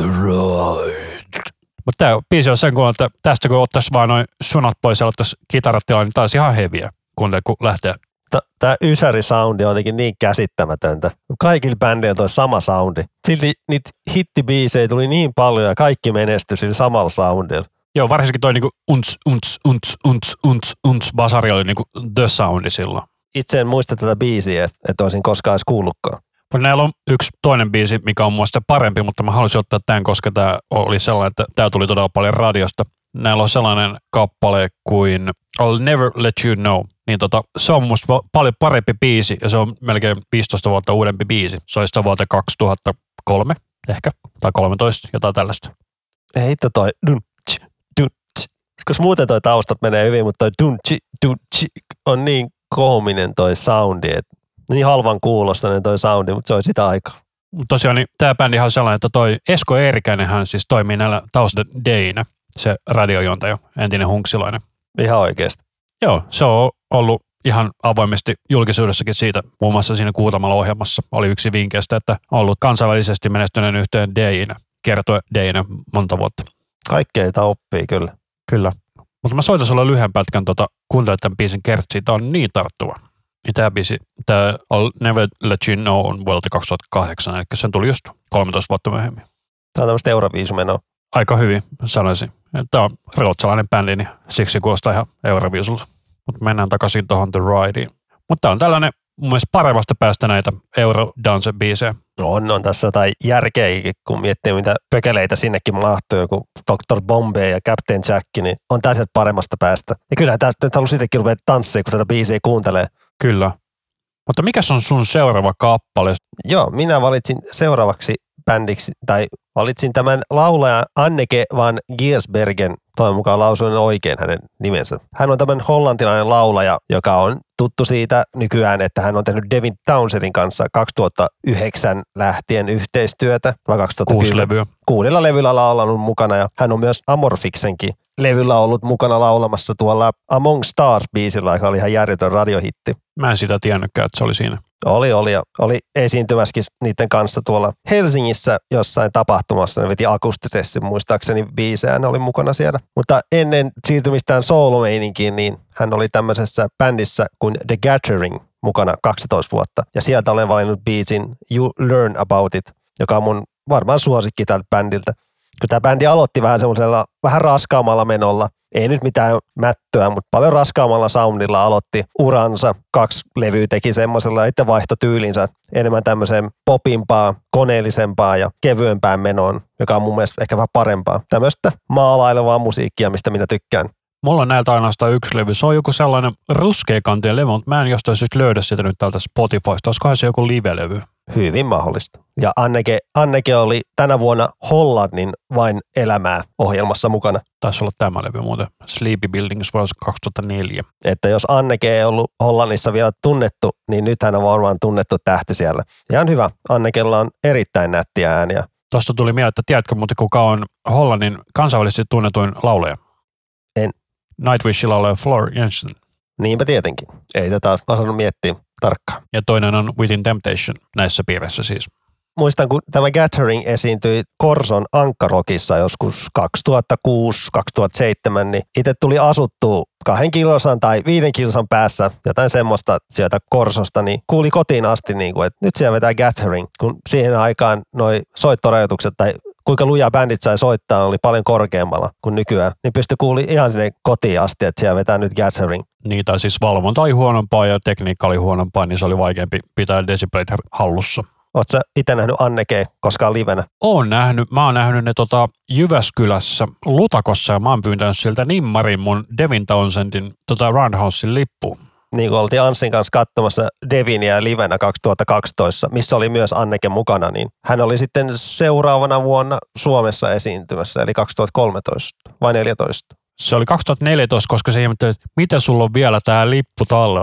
S3: Ride.
S2: Mutta tämä biisi on sen kuunnella, että tästä kun ottaisi vaan noin sunat pois ja ottaisi kitarattilaa, niin taas ihan heviä, kun lähtee.
S3: Tämä Ysäri-soundi on jotenkin niin käsittämätöntä. Kaikilla bändeillä toi sama soundi. Silti niitä hittibiisejä tuli niin paljon ja kaikki menestyi sillä samalla soundilla.
S2: Joo, varsinkin toi niinku unts, unts, unts, unts, unts, unts basari oli niinku the soundi silloin.
S3: Itse en muista tätä biisiä, että et olisin koskaan edes kuullutkaan.
S2: Mutta näillä on yksi toinen biisi, mikä on muista parempi, mutta mä haluaisin ottaa tämän, koska tämä oli sellainen, että tämä tuli todella paljon radiosta. Näillä on sellainen kappale kuin I'll Never Let You Know. Niin tota, se on musta paljon parempi biisi ja se on melkein viisitoista vuotta uudempi biisi. Se on sitä vuotta kaksituhattakolme ehkä, tai kolmetoista, jotain tällaista.
S3: Ei hitto toi dun, tch, dun, tch. Koska muuten toi taustat menee hyvin, mutta toi dun, tch, dun, tch on niin koominen toi soundi, että niin halvan kuulostainen toi soundi, mutta se on sitä aikaa.
S2: Tosiaan niin tämä bändihan on sellainen, että toi Esko Eerikäinenhän siis toimii näillä taustadeinä, se radiojuontaja, entinen hunksilainen.
S3: Ihan oikeasti.
S2: Joo, se on ollut ihan avoimesti julkisuudessakin siitä, muun muassa siinä Kuutamalla ohjelmassa oli yksi vinkkeistä, että on ollut kansainvälisesti menestyneen yhteen D J:nä, kertoi D J:nä monta vuotta.
S3: Kaikkeita oppii kyllä.
S2: Kyllä. Mutta mä soitan sulle lyhyen pätkän tuota, kuuntele tämän biisin kertsiä, tää on niin tarttuva. Niin tää biisi, tää I'll Never Let You Know on vuodelta kaksituhattakahdeksan, eli sen tuli just kolmetoista vuotta myöhemmin.
S3: Tää on tämmöistä Euroviisumenoa.
S2: Aika hyvin sanoisin. Tää on ruotsalainen bändi, niin siksi kuulostaa ihan Euroviisulta. Mutta mennään takaisin tuohon The Rideen. Mutta tää on tällainen mun mielestä paremmasta päästä näitä Eurodance-biisejä.
S3: No on, on tässä jotain järkeäkin, kun miettii mitä pökeleitä sinnekin mahtuu, joku doktor Bombay ja Captain Jack, niin on tää sieltä paremmasta päästä. Ja kyllähän tää nyt haluaa itsekin ruveta tanssia, kun tätä biisiä kuuntelee.
S2: Kyllä. Mutta mikäs on sun seuraava kappale?
S3: Joo, minä valitsin seuraavaksi bändiksi, tai valitsin tämän laulaja Anneke van Giersbergen, toivon mukaan lausuin oikein hänen nimensä. Hän on tämmöinen hollantilainen laulaja, joka on tuttu siitä nykyään, että hän on tehnyt Devin Townsendin kanssa kaksituhattayhdeksän lähtien yhteistyötä. Vai kaksituhattakymmenen.
S2: Kuusi levyä.
S3: Kuudella levyllä laulanut mukana ja hän on myös Amorfiksenkin levyllä ollut mukana laulamassa tuolla Among Stars-biisillä, joka oli ihan järjetön radiohitti.
S2: Mä en sitä tiennytkään, että se oli siinä.
S3: Oli, oli ja oli esiintymässäkin niiden kanssa tuolla Helsingissä jossain tapahtumassa. Ne veti akustisesti, muistaakseni biisejä, ne oli mukana siellä. Mutta ennen siirtymistään soolomeininkiin, niin hän oli tämmöisessä bändissä kuin The Gathering mukana kaksitoista vuotta. Ja sieltä olen valinnut biisin You Learn About It, joka on mun varmaan suosikki tältä bändiltä. Kun tämä bändi aloitti vähän semmoisella vähän raskaammalla menolla, ei nyt mitään mättöä, mutta paljon raskaammalla soundilla aloitti uransa. Kaksi levyä teki semmoisella, että vaihto tyylinsä enemmän tämmöiseen popimpaa, koneellisempaa ja kevyempään menoon, joka on mun mielestä ehkä vähän parempaa. Tämmöistä maalailevaa musiikkia, mistä minä tykkään.
S2: Mulla on näiltä ainoastaan yksi levy. Se on joku sellainen ruskeakantien levy, mutta mä en jostain syystä löydä sitä nyt täältä Spotifysta. Olisikohan se joku live-levy?
S3: Hyvin mahdollista. Ja Anneke, Anneke oli tänä vuonna Hollannin Vain elämää -ohjelmassa mukana.
S2: Taisi olla tämä levy muuten. Sleepy Buildings vuonna kaksituhattaneljä.
S3: Että jos Anneke ei ollut Hollannissa vielä tunnettu, niin nyt hän on varmaan tunnettu tähti siellä. Ihan hyvä. Annekella on erittäin nättiä ääniä.
S2: Tuosta tuli mieleen, että tiedätkö muuten kuka on Hollannin kansainvälisesti tunnetuin laulaja?
S3: En.
S2: Nightwishin laulaja Floor Jansen.
S3: Niinpä tietenkin. Ei tätä osannut miettiä tarkkaan.
S2: Ja toinen on Within Temptation näissä piirissä siis.
S3: Muistan, kun tämä Gathering esiintyi Korson Ankkarokissa joskus kaksituhattakuusi kaksituhattaseitsemän, niin itse tuli asuttua kahden kilsan tai viiden kilsan päässä jotain semmoista sieltä Korsosta, niin kuuli kotiin asti, niin kuin, että nyt siellä vetää Gathering, kun siihen aikaan noi soittorajoitukset tai kuinka luja bändit sai soittaa oli paljon korkeammalla kuin nykyään, niin pystyi kuuli ihan sinne kotiin asti, että siellä vetää nyt Gathering.
S2: Niin, tai siis valvonta oli huonompaa ja tekniikka oli huonompaa, niin se oli vaikeampi pitää desibelit hallussa.
S3: Oletko sä itse nähnyt Annekea koskaan livenä?
S2: Oon nähnyt. Mä oon nähnyt ne tota Jyväskylässä Lutakossa ja mä oon pyyntänyt sieltä nimmarin mun Devin Townsendin tota Roundhousein lippuun.
S3: Niin kuin oltiin Anssin kanssa katsomassa Devinia livenä kaksituhattakaksitoista, missä oli myös Anneke mukana, niin hän oli sitten seuraavana vuonna Suomessa esiintymässä, eli kaksituhattakolmetoista vai neljätoista.
S2: Se oli kaksituhattaneljätoista, koska se ihmetteli, että miten sulla on vielä tää lippu tallella.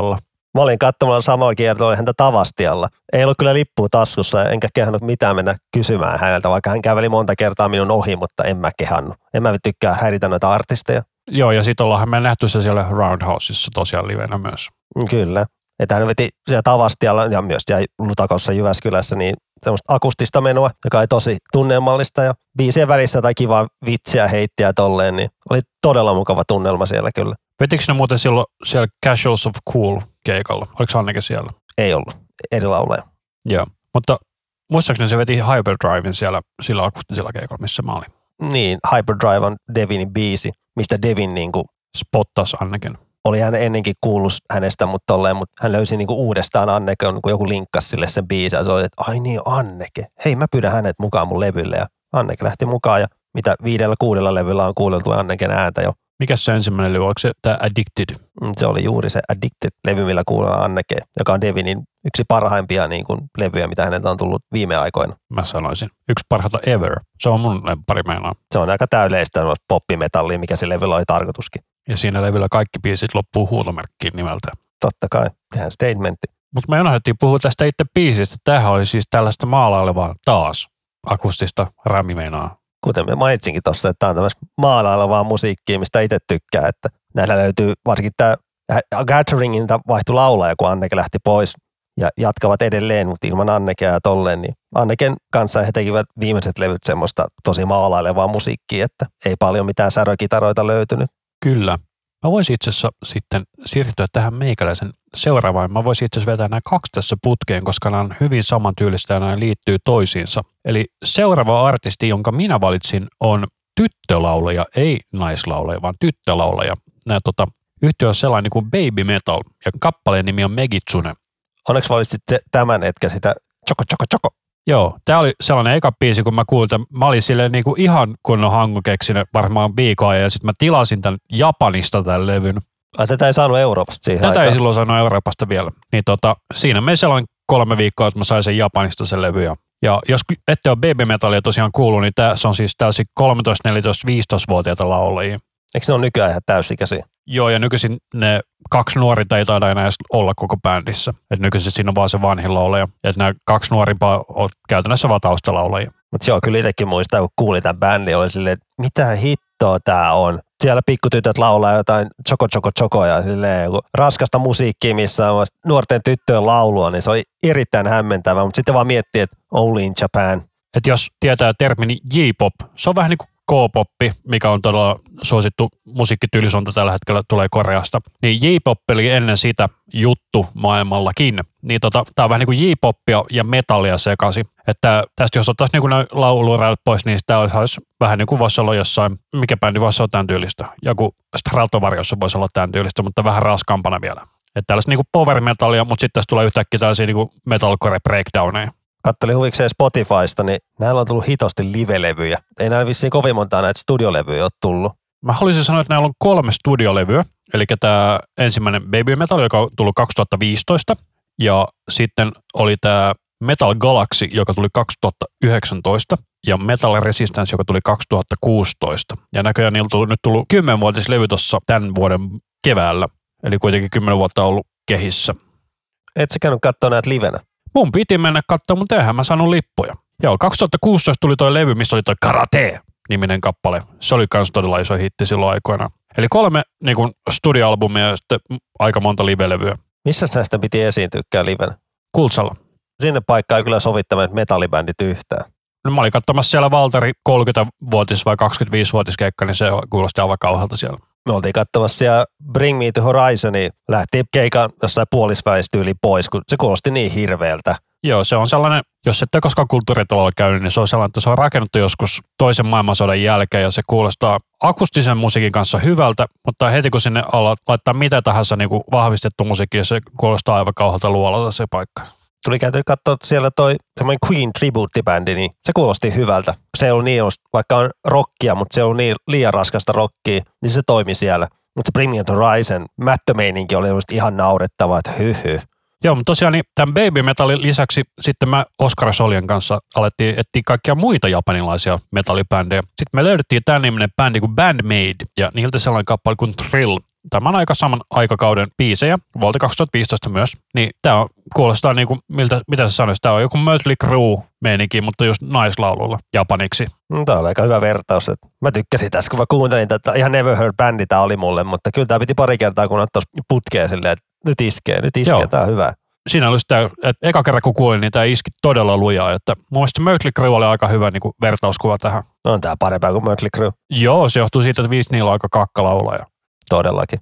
S3: Mä olin katsomassa samalla kiertoilla häntä Tavastialla. Ei ollut kyllä lippua taskussa, enkä kehannut mitään mennä kysymään häneltä, vaikka hän käveli monta kertaa minun ohi, mutta en mä kehannut. En mä tykkää häiritä noita artisteja.
S2: Joo, ja sit ollaanhan me nähty se siellä Roundhouseissa tosiaan livenä myös.
S3: Kyllä. Että hän veti siellä Tavastialla ja myös jäi Lutakossa Jyväskylässä niin semmoista akustista menoa, joka oli tosi tunnelmallista ja biisien välissä tai kivaa vitsiä heittiä tolleen, niin oli todella mukava tunnelma siellä kyllä.
S2: Vetikö ne muuten silloin siellä Casuals of Cool keikalla? Oliko Anneke siellä?
S3: Ei ollut. Eri lauleja.
S2: Joo, mutta muistaakseni se veti Hyperdriven siellä sillä akustisella keikalla, missä mä olin.
S3: Niin, Hyperdrive on Devinin biisi, mistä Devin niinku
S2: spottas Anneken.
S3: Oli hän ennenkin kuullut hänestä, mutta, tolleen, mutta hän löysi niinku uudestaan Anneke, kun joku linkkasi sille sen biisin ja se oli, että ai niin Anneke, hei mä pyydän hänet mukaan mun levylle ja Anneke lähti mukaan ja mitä viidellä kuudella levyllä on kuunneltu Anneken ääntä jo.
S2: Mikäs se ensimmäinen levy, oliko se tämä Addicted?
S3: Se oli juuri se Addicted-levy, millä kuullaan Anneke, joka on Devinin yksi parhaimpia niin kuin, levyjä, mitä häneltä on tullut viime aikoina.
S2: Mä sanoisin. Yksi parhaita ever. Se on mun lemppari meinaa.
S3: Se on aika täydellistä poppimetallia, mikä se levyllä oli tarkoituskin.
S2: Ja siinä levyllä kaikki biisit loppuu huutomerkkiin nimeltä.
S3: Totta kai, tehdään statementti.
S2: Mutta me unohdettiin puhua tästä itse biisistä. Tämähän oli siis tällaista maalailevaa taas akustista rämimeinaa.
S3: Kuten me mainitsinkin tuossa, että tämä on tämmöistä maalailevaa musiikkia, mistä itse tykkää, että näillä löytyy varsinkin tämä Gatheringin vaihtui laulaja, kun Anneke lähti pois ja jatkavat edelleen, mutta ilman Annekea ja tolleen, niin Anneken kanssa he tekivät viimeiset levyt semmoista tosi maalailevaa musiikkia, että ei paljon mitään särökitaroita löytynyt.
S2: Kyllä. Mä voisin itse asiassa sitten siirtyä tähän meikäläisen seuraavaan. Mä voisin itse asiassa vetää nämä kaksi tässä putkeen, koska nämä on hyvin samantyylistä ja nämä liittyy toisiinsa. Eli seuraava artisti, jonka minä valitsin, on tyttölaulaja, ei naislaulaja, vaan tyttölaulaja. Nämä, tota, yhtiö on sellainen kuin Baby Metal ja kappaleen nimi on Megitsune.
S3: Onneksi valitsit tämän hetken sitä Choko Choko Choko.
S2: Joo, tää oli sellainen eka biisi, kun mä kuulin, mä olin silleen niinku ihan kunnon hangu keksinyt varmaan viikkoa ja sitten mä tilasin tämän Japanista tämän levyn.
S3: Ai, tätä ei saanut Euroopasta siihen
S2: Tätä
S3: aikaan.
S2: ei silloin saanut Euroopasta vielä. Niin tota, siinä meni sellainen kolme viikkoa, että mä sain sen Japanista sen levy. Ja, ja jos ette ole Baby Metalia tosiaan kuullut, niin tässä on siis täysin kolmetoista, neljätoista, viisitoista-vuotiaita laulajia.
S3: Eikö ne ole nykyään ihan täysikäisiä?
S2: Joo, ja nykyisin ne kaksi nuorinta ei taida enää edes olla koko bändissä. Että nykyisin siinä on vaan se vanhin laulaja. Ja nämä kaksi nuorimpaa on käytännössä vaan taustalaulajia.
S3: Mutta joo, kyllä itsekin muistaa, kun kuulin tämän bändin, oli silleen, että mitä hittoa tää on. Siellä pikkutytöt laulaa jotain choko choko choko ja silleen, raskasta musiikkia, missä on nuorten tyttöjen laulua, niin se oli erittäin hämmentävää. Mutta sitten vaan miettii, että only in Japan.
S2: Että jos tietää termini J-pop, se on vähän niin kuin K-poppi, mikä on todella suosittu musiikkityylisonta tällä hetkellä tulee Koreasta, niin J-pop oli ennen sitä juttu maailmallakin. Niin tota, tää on vähän niin kuin J-poppia ja metallia sekaisin. Että tästä jos ottaisiin niin nämä lauluräät pois, niin sitä olisi vähän niin kuin voisi olla jossain, mikä bändi voisi olla tämän tyylistä. Joku Stratovariussa voisi olla tämän tyylistä, mutta vähän raskaampana vielä. Että tällaista niin kuin power metallia, mutta sitten tässä tulee yhtäkkiä tällaisia niin kuin metalcore breakdowneja.
S3: Kattelin huvikseen Spotifysta, niin näillä on tullut hitosti live-levyjä. Ei näillä vissiin kovin montaa näitä studiolevyjä ole tullut.
S2: Mä haluaisin sanoa, että näillä on kolme studiolevyä. Eli tämä ensimmäinen Baby Metal, joka on tullut kaksituhattaviisitoista. Ja sitten oli tämä Metal Galaxy, joka tuli kaksituhattayhdeksäntoista. Ja Metal Resistance, joka tuli kaksituhattakuusitoista. Ja näköjään niillä on nyt tullut kymmenvuotislevy tuossa tämän vuoden keväällä. Eli kuitenkin kymmenen vuotta ollut kehissä.
S3: Et sä käynyt katsoa näitä livenä?
S2: Mun piti mennä katsomaan, mutta eihän mä saanut lippuja. Joo, kaksituhattakuusitoista tuli toi levy, missä oli toi Karate-niminen kappale. Se oli kans todella iso hitti silloin aikoina. Eli kolme niin kun studioalbumia ja sitten aika monta live-levyä.
S3: Missä näistä piti esiintyykään livenä?
S2: Kultsalla.
S3: Sinne paikkaan ei kyllä sovittamaan metallibändit yhtään.
S2: No, mä olin katsomassa siellä Valteri kolmekymmentävuotis vai kaksikymmentäviisivuotiskeikka, niin se kuulosti aivan kauhealta siellä.
S3: Me oltiin katsomassa siellä Bring Me to Horizoni, lähti keikan jossain puolisväistyyliin pois, kun se kuulosti niin hirveältä.
S2: Joo, se on sellainen, jos ette koskaan kulttuuritalolla käynyt, niin se on sellainen, että se on rakennettu joskus toisen maailmansodan jälkeen ja se kuulostaa akustisen musiikin kanssa hyvältä, mutta heti kun sinne alla laittaa mitä tahansa niin kuin vahvistettu musiikki, se kuulostaa aivan kauhealta luolalta se paikka.
S3: Tuli käyty katsoa siellä toi semmoinen Queen tribute-bändi, niin se kuulosti hyvältä. Se ei ollut niin, vaikka on rockia, mutta se on niin liian raskasta rockia, niin se toimi siellä. Mutta se Bring Me to Horizon mättömeininki oli ihan naurettava, että hyh hyh.
S2: Joo, mutta tosiaan niin tämän Baby Metalin lisäksi sitten mä Oskar Soljan kanssa alettiin etsiä kaikkia muita japanilaisia metallibändejä. Sitten me löydettiin tämän niminen bändi kuin Bandmade ja niiltä sellainen kappale kuin Thrill. tämän aika saman aikakauden biisejä, vuolta kaksituhattaviisitoista myös, niin tämä kuulostaa niin kuin, miltä, mitä sä sanoisit, tämä on joku Mötley Crüe-meininki, mutta just naislaululla japaniksi.
S3: Tämä oli aika hyvä vertaus. Mä tykkäsin tässä, kun mä kuuntelin tätä, ihan Never Heard-bändi tämä oli mulle, mutta kyllä tämä piti pari kertaa, kun ottaa putkeen silleen, että nyt iskee, nyt iskee, tämä on hyvä.
S2: Siinä oli sitä, että eka kerran kun kuulin, niin tämä iski todella lujaa, että mun mielestä Mötley Crüe oli aika hyvä niin kuin vertauskuva tähän.
S3: No on tämä parempaa kuin Mötley Crüe.
S2: Joo, se johtuu siitä, että viisi niillä on aika kakkalaulaja.
S3: Todellakin.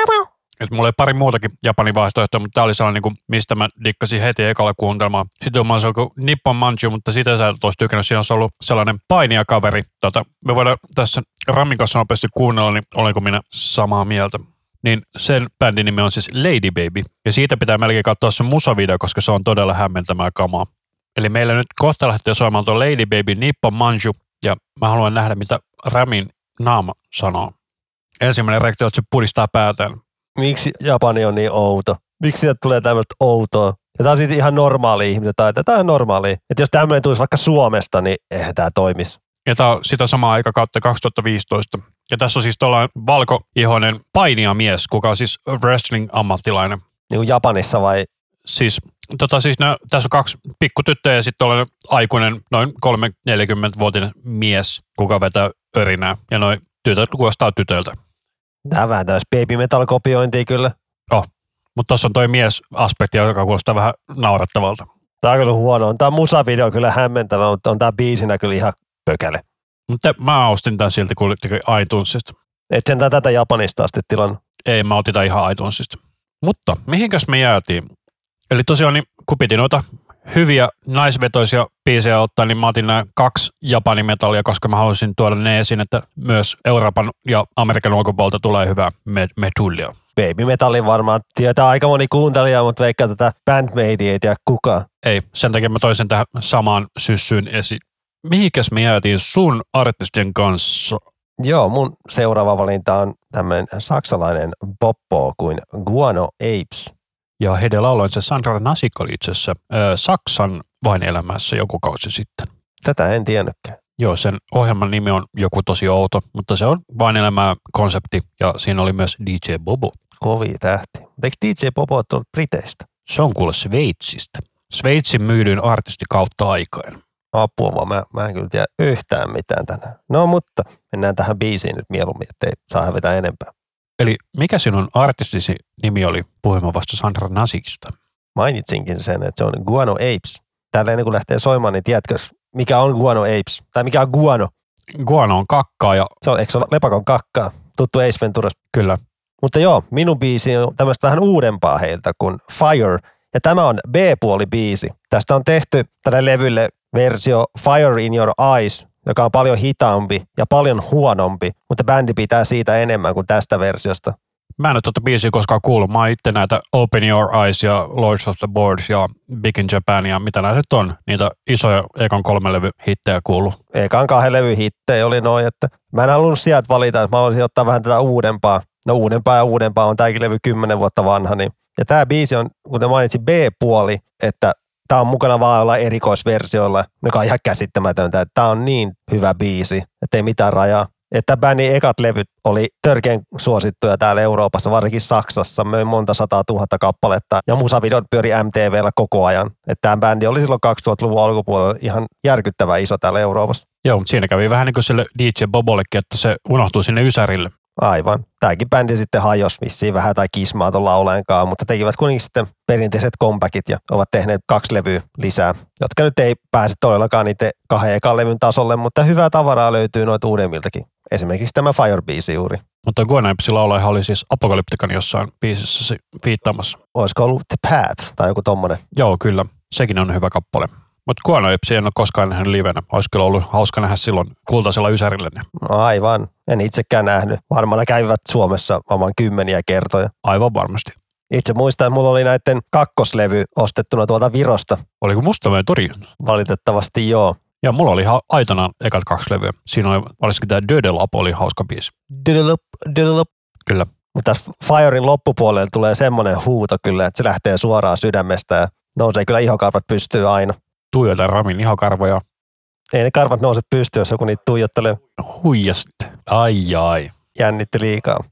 S2: Et mulla oli pari muutakin Japanin vaihtoehtoja, mutta tämä oli sellainen, niin kuin, mistä mä dikkasin heti ekalla kuuntelemaan. Sitten mä olisin ollut Nippon Manju, mutta sitä sä et olisi tykännyt. Siinä on ollut sellainen painijakaveri. Tota, me voidaan tässä Ramin kanssa nopeasti kuunnella, niin olenko minä samaa mieltä. Niin sen bändin nimi on siis Lady Baby. Ja siitä pitää melkein katsoa se musavideo, koska se on todella hämmentämää kamaa. Eli meillä nyt kohta lähtee soimaan tuo Lady Baby Nippon Manju. Ja mä haluan nähdä, mitä Ramin naama sanoo. Ensimmäinen reaktio, että se pudistaa päätään.
S3: Miksi Japani on niin outo? Miksi sieltä tulee tämmöistä outoa? Ja tämä on siitä ihan normaali ihminen, tai tämä on normaali. Että jos tämmöinen tulisi vaikka Suomesta, niin eihän tämä toimisi.
S2: Ja tämä on sitä samaa aikakautta kaksituhattaviisitoista. Ja tässä on siis tuollainen valkoihoinen painijamies, kuka on siis wrestling-ammattilainen.
S3: Niin kuin Japanissa vai?
S2: Siis, tota, siis nää, tässä on kaksi pikkutyttöä ja sitten tuollainen aikuinen, noin kolme-neljäkymmentävuotinen mies, kuka vetää örinää. Ja noin tytöt kuulostaa tytöltä.
S3: Tämä vähän täys baby metal kopiointia kyllä.
S2: Oh, mutta tuossa on toi mies-aspekti, joka kuulostaa vähän naurettavalta.
S3: Tämä on kyllä huono. Tämä musavideo kyllä hämmentävä, mutta on tämä biisinä kyllä ihan pökäle.
S2: Mutta mä ostin tämän silti kuitenkin iTunesista.
S3: Et sentään tätä Japanista asti tilannut.
S2: Ei, mä otin tämän ihan iTunesista. Mutta mihinkäs me jäätiin? Eli tosiaan, niin, kun piti noita hyviä naisvetoisia biisejä ottaa, niin mä otin nämä kaksi japanimetallia, koska mä haluaisin tuoda ne esiin, että myös Euroopan ja Amerikan ulkopuolelta tulee hyvää metallia.
S3: Baby metalli varmaan tietää aika moni kuuntelija, mutta veikkaa tätä Bandmadea ei tiedä kukaan.
S2: Ei, sen takia mä toin sen tähän samaan syssyyn esiin. Mihinkäs me jäätiin sun artistien kanssa?
S3: Joo, mun seuraava valinta on tämmöinen saksalainen poppo kuin Guano Apes.
S2: Ja heidän lauloinsa Sandra Nasik oli itse asiassa äh, Saksan Vain elämässä joku kausi sitten.
S3: Tätä en tiennytkään.
S2: Joo, sen ohjelman nimi on joku tosi outo, mutta se on Vain elämää konsepti ja siinä oli myös D J Bobo.
S3: Kovia tähti. Mutta eikö D J Bobo ole tullut Briteistä?
S2: Se on kuule Sveitsistä. Sveitsin myydyin artisti kautta aikain.
S3: Apua vaan, mä, mä en kyllä tiedä yhtään mitään tänään. No mutta mennään tähän biisiin nyt mieluummin, ettei saa hävetä enempää.
S2: Eli mikä sinun artistisi nimi oli, puhumme vasta Sandra Nasikista?
S3: Mainitsinkin sen, että se on Guano Apes. Täällä ennen kuin lähtee soimaan, niin tiedätkö, mikä on Guano Apes? Tai mikä on Guano?
S2: Guano on kakkaa ja...
S3: Se on, eikö se ole lepakon kakkaa? Tuttu Ace Venturasta.
S2: Kyllä.
S3: Mutta joo, minun biisi on tämmöistä vähän uudempaa heiltä kuin Fire. Ja tämä on B-puoli biisi. Tästä on tehty tälle levylle versio Fire in Your Eyes, joka on paljon hitaampi ja paljon huonompi, mutta bändi pitää siitä enemmän kuin tästä versiosta.
S2: Mä en ole tuota biisiä koskaan kuullut. Mä oon itse näitä Open Your Eyes ja Lords of the Boards ja Big in Japan ja mitä näitä nyt on. Niitä isoja ekan kolme levy hittejä kuullut.
S3: Ekan kahden levy hittejä oli noin, että mä en halunnut sieltä valita, että mä haluaisin ottaa vähän tätä uudempaa. No uudempaa ja uudempaa on tämäkin levy kymmenen vuotta vanha. Niin. Ja tämä biisi on, kuten mainitsin, B-puoli, että tämä on mukana vaan olla erikoisversioilla, joka on ihan käsittämätöntä. Että tämä on niin hyvä biisi, että ei mitään rajaa. Että bändin ekat levyt oli törkeän suosittuja täällä Euroopassa, varsinkin Saksassa. Möi monta sataa tuhatta kappaletta ja musavideot pyöri M T V:llä koko ajan. Että tämä bändi oli silloin kaksituhattaluvun alkupuolella ihan järkyttävän iso täällä Euroopassa.
S2: Joo, mutta siinä kävi vähän niin kuin sille D J Bobollekin, että se unohtui sinne ysärille.
S3: Aivan. Tämäkin bändi sitten hajosi vissiin vähän tai kismaa tuolla ollenkaan, mutta tekivät kuitenkin sitten perinteiset comebackit ja ovat tehneet kaksi levyä lisää, jotka nyt ei pääse todellakaan niiden kahden ekan levyn tasolle, mutta hyvää tavaraa löytyy noita uudemmiltakin. Esimerkiksi tämä Fire-biisi juuri.
S2: Mutta Guano Apesilla laulaja oli siis Apocalyptican jossain biisissä viittaamassa.
S3: Olisiko ollut The Path tai joku tommonen?
S2: Joo, kyllä. Sekin on hyvä kappale. Mutta Guano Apes en ole koskaan nähnyt livenä. Olisi kyllä ollut hauska nähdä silloin kultaisella ysärillä.
S3: No aivan. En itsekään nähnyt. Varmaan ne käyvät Suomessa varmaan kymmeniä kertoja.
S2: Aivan varmasti.
S3: Itse muistan, että mulla oli näiden kakkoslevy ostettuna tuolta Virosta.
S2: Oliko musta vai tori?
S3: Valitettavasti joo.
S2: Ja mulla oli ha- aitanaan ekat kaksi levyä. Siinä oli varsinkin tämä Dödel Up oli hauska biisi.
S3: Dödel up, dödel up.
S2: Kyllä.
S3: Mutta tässä Firein loppupuolella tulee semmoinen huuto kyllä, että se lähtee suoraan sydämestä ja nousee kyllä ihokarvat pystyy aina.
S2: Tuijotan Ramin ihokarvoja.
S3: Ei ne karvat nouse pystyyn, jos joku niitä tuijottelee.
S2: Huijasti. Ai ai.
S3: Jännitti liikaa.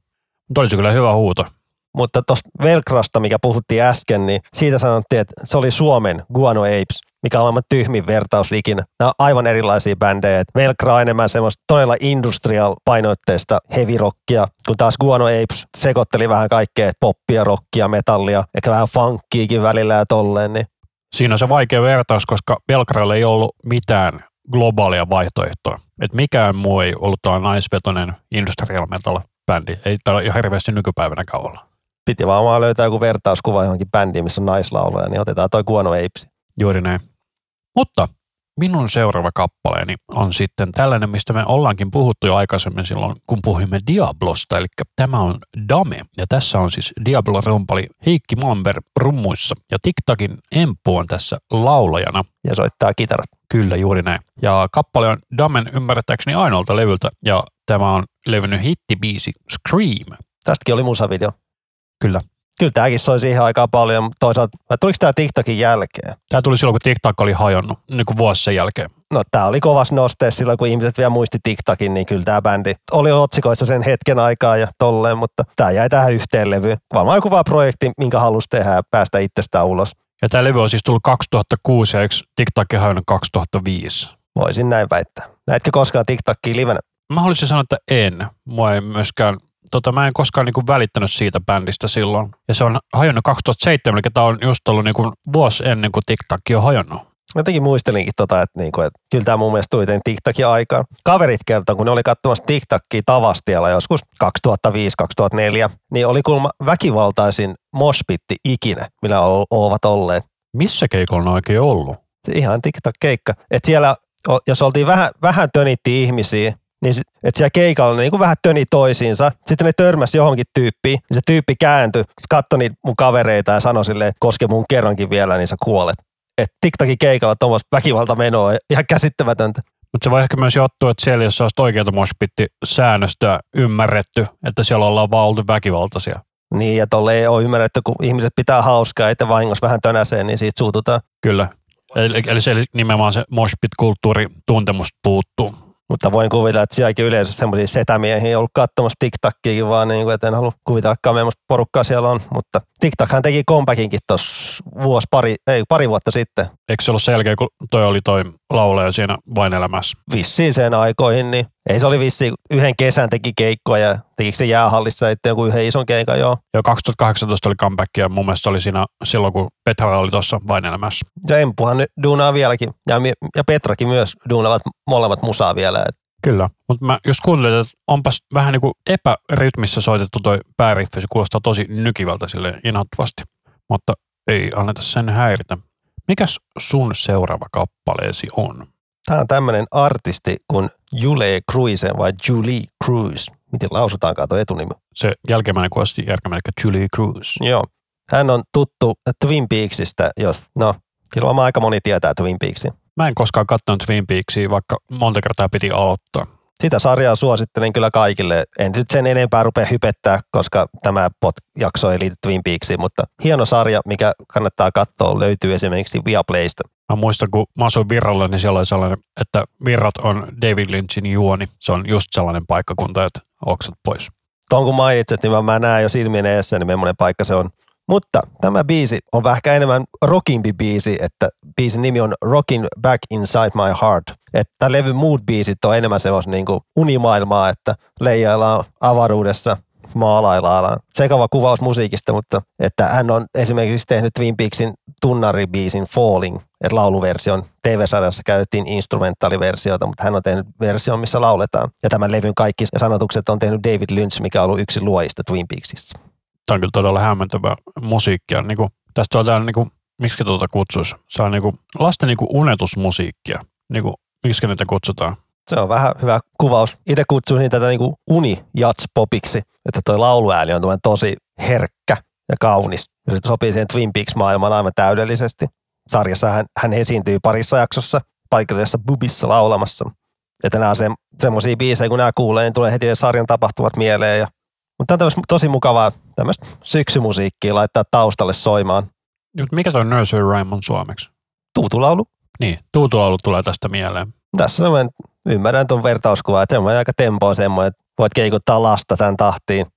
S2: Mutta oli se kyllä hyvä huuto.
S3: Mutta tuosta Velcrosta, mikä puhuttiin äsken, niin siitä sanottiin, että se oli Suomen Guano Apes, mikä on aivan tyhmin vertaus ikinä. Nämä on aivan erilaisia bändejä. Velcro on enemmän semmoista todella industrial-painoitteista heavy rockia, kun taas Guano Apes sekoitteli vähän kaikkea poppia, rockia, metallia, ehkä vähän funkkiikin välillä ja tolleen. Niin.
S2: Siinä on se vaikea vertaus, koska Velcrolla ei ollut mitään globaalia vaihtoehtoa. Että mikään muu ei ollut tällainen naisvetoinen industrial metal-bändi. Ei täällä ihan hirveästi nykypäivänäkään olla.
S3: Piti vaan, vaan löytää joku vertauskuva johonkin bändiin, missä on naislauluja, niin otetaan toi Guano Apes.
S2: Juuri näin. Mutta minun seuraava kappaleeni on sitten tällainen, mistä me ollaankin puhuttu jo aikaisemmin silloin, kun puhuimme Diablosta. Eli tämä on Dame, ja tässä on siis Diablo-rumpali Heikki Malmberg rummuissa, ja TikTokin Emppu on tässä laulajana.
S3: Ja soittaa kitarat.
S2: Kyllä, juuri näin. Ja kappale on Damen ymmärrettäkseni ainoalta levyltä, ja tämä on levinnyt hittibiisi Scream.
S3: Tästäkin oli musavideo.
S2: Kyllä.
S3: Kyllä tämäkin soi siihen aikaan paljon, mutta toisaalta, vai tuliko tämä TikTokin jälkeen?
S2: Tämä tuli silloin, kun TikTok oli hajonnut, niin kuin vuosi sen jälkeen.
S3: No tämä oli kovas nosteessa silloin, kun ihmiset vielä muisti TikTokin, niin kyllä tämä bändi oli otsikoissa sen hetken aikaa ja tolleen, mutta tämä jäi tähän yhteen levyyn. Varmaan joku vaan projekti, minkä halusi tehdä ja päästä itsestään ulos.
S2: Ja tämä levy on siis tullut kaksituhattakuusi ja eikö TikTokin hajonnut kaksituhattaviisi?
S3: Voisin näin väittää. Näetkö koskaan TikTokia livenä?
S2: Mä haluaisin sanoa, että en. Mua ei myöskään... Tota, mä en koskaan niinku välittänyt siitä bändistä silloin. Ja se on hajonnut kaksituhattaseitsemän, eli tämä on just ollut niinku vuosi ennen kuin TikTok on hajonnut.
S3: Jotenkin muistelinkin tota, että, niinku, että kyllä tämä mun mielestä tuli TikTokin aikaan. Kaverit kertoo, kun ne oli katsomassa TikTokia Tavastialla joskus kaksituhattaviisi kaksituhattaneljä, niin oli kuulemma väkivaltaisin moshpitti ikinä, millä ovat olleet.
S2: Missä keikolla on oikein ollut?
S3: Ihan TikTok-keikka. Että siellä, jos oltiin vähän, vähän tönittiin ihmisiä, niin että siellä keikalla ne niin kuin vähän töni toisiinsa. Sitten ne törmäsi johonkin tyyppiin, niin se tyyppi kääntyi, katsoi niitä mun kavereita ja sanoi silleen, koske mun kerrankin vielä, niin sä kuolet. Että TikTokin keikalla tuommoista väkivaltamenoa on ihan käsittämätöntä.
S2: Mutta se voi ehkä myös johtua, että siellä jos olisi oikealta moshpitti-säännöstöä ymmärretty, että siellä ollaan vaan oltu väkivaltaisia.
S3: Niin, ja tolle ei ole ymmärretty, kun ihmiset pitää hauskaa, että vahingossa vähän tönäseen, niin siitä suututaan.
S2: Kyllä. Eli, eli se nimenomaan se moshpit-kulttuuri tuntemus puuttuu.
S3: Mutta voin kuvitella, että sielläkin yleensä semmoisia setämiehiä on ollut katsomassa TikTokiakin vaan, niin kuin, että en halua kuvitellakaan, millaista porukkaa siellä on. Mutta TikTokhan teki comebackinkin tuossa vuosi, pari, ei, pari vuotta sitten.
S2: Eikö se ollut sen jälkeen, kun toi oli toi laulaja siinä Vain elämässä?
S3: Vissiin sen aikoihin, niin ei se oli vissiin yhden kesän teki keikkoja ja tekikö se jäähallissa sitten joku yhden ison keikan, joo.
S2: Joo, kaksituhattakahdeksantoista oli comeback ja mun mielestä oli siinä silloin, kun Petra oli tuossa Vain elämässä.
S3: Ja Empuhan nyt duunaa vieläkin ja, ja Petrakin myös duunavat molemmat musaa vielä. Et.
S2: Kyllä, mutta mä just kuuntelin, että onpas vähän niin kuin epärytmissä soitettu toi pääriffi, se kuulostaa tosi nykivältä silleen inhottavasti, mutta ei anneta sen häiritä. Mikäs sun seuraava kappaleesi on?
S3: Tämä on tämmöinen artisti kuin Julie Cruise vai Julie Cruise. Miten lausutaankaan tuo etunimi?
S2: Se jälkimmäinen kuulosti järkemään, eli Julie Cruise.
S3: Joo. Hän on tuttu Twin Peaksista, jos, no, kyllä aika moni tietää Twin Peaksia.
S2: Mä en koskaan katsonut Twin Peaksia, vaikka monta kertaa piti aloittaa.
S3: Sitä sarjaa suosittelen kyllä kaikille. En nyt sen enempää rupea hypettää, koska tämä jakso ei liity Twin Peaksiin, mutta hieno sarja, mikä kannattaa katsoa, löytyy esimerkiksi Viaplaysta.
S2: Mä muistan, kun mä asuin Virralla, niin siellä oli sellainen, että Virrat on David Lynchin juoni. Se on just sellainen paikkakunta, että oksat pois.
S3: Tuon kun mainitset, niin mä näen jo silmien eessä, niin millainen paikka se on. Mutta tämä biisi on vähän enemmän rockimpi biisi, että biisin nimi on Rockin' Back Inside My Heart. Että levyn muut biisit on enemmän semmoista niin kuin unimaailmaa, että leijaillaan avaruudessa, maalaillaan. Sekava kuvaus musiikista, mutta että hän on esimerkiksi tehnyt Twin Peaksin tunnaribiisin Falling, että lauluversion. T V-sarjassa käytettiin instrumentaaliversiota, mutta hän on tehnyt version, missä lauletaan. Ja tämän levyn kaikki sanotukset on tehnyt David Lynch, mikä on ollut yksi luojista Twin Peaksissa.
S2: Tämä on kyllä todella hämmentävää musiikkia. Niin kuin, tästä on täällä, niin kuin, miksi tuota kutsuisi? Se on niin kuin, lasten niin kuin unetusmusiikkia. Niin kuin, miksi niitä kutsutaan?
S3: Se on vähän hyvä kuvaus. Itse kutsuisin tätä niin kuin uni-jats-popiksi, että toi lauluääni on tosi herkkä ja kaunis. Ja se sopii siihen Twin Peaks-maailmaan aivan täydellisesti. Sarjassa hän, hän esiintyy parissa jaksossa paikallisessa bubissa laulamassa. Että nämä on se, semmoisia biisejä, kun nämä kuulee, niin tulee heti sarjan tapahtuvat mieleen. Ja, mutta tämä on tosi mukavaa tämmöistä syksymusiikkia laittaa taustalle soimaan.
S2: Mikä toi Nursery Rhyme on suomeksi?
S3: Tuutulaulu.
S2: Niin, tuutulaulu tulee tästä mieleen.
S3: Tässä on, ymmärrän tuon vertauskuvan, että semmoinen aika tempo on semmoinen, että voit keikuttaa lasta tämän tahtiin.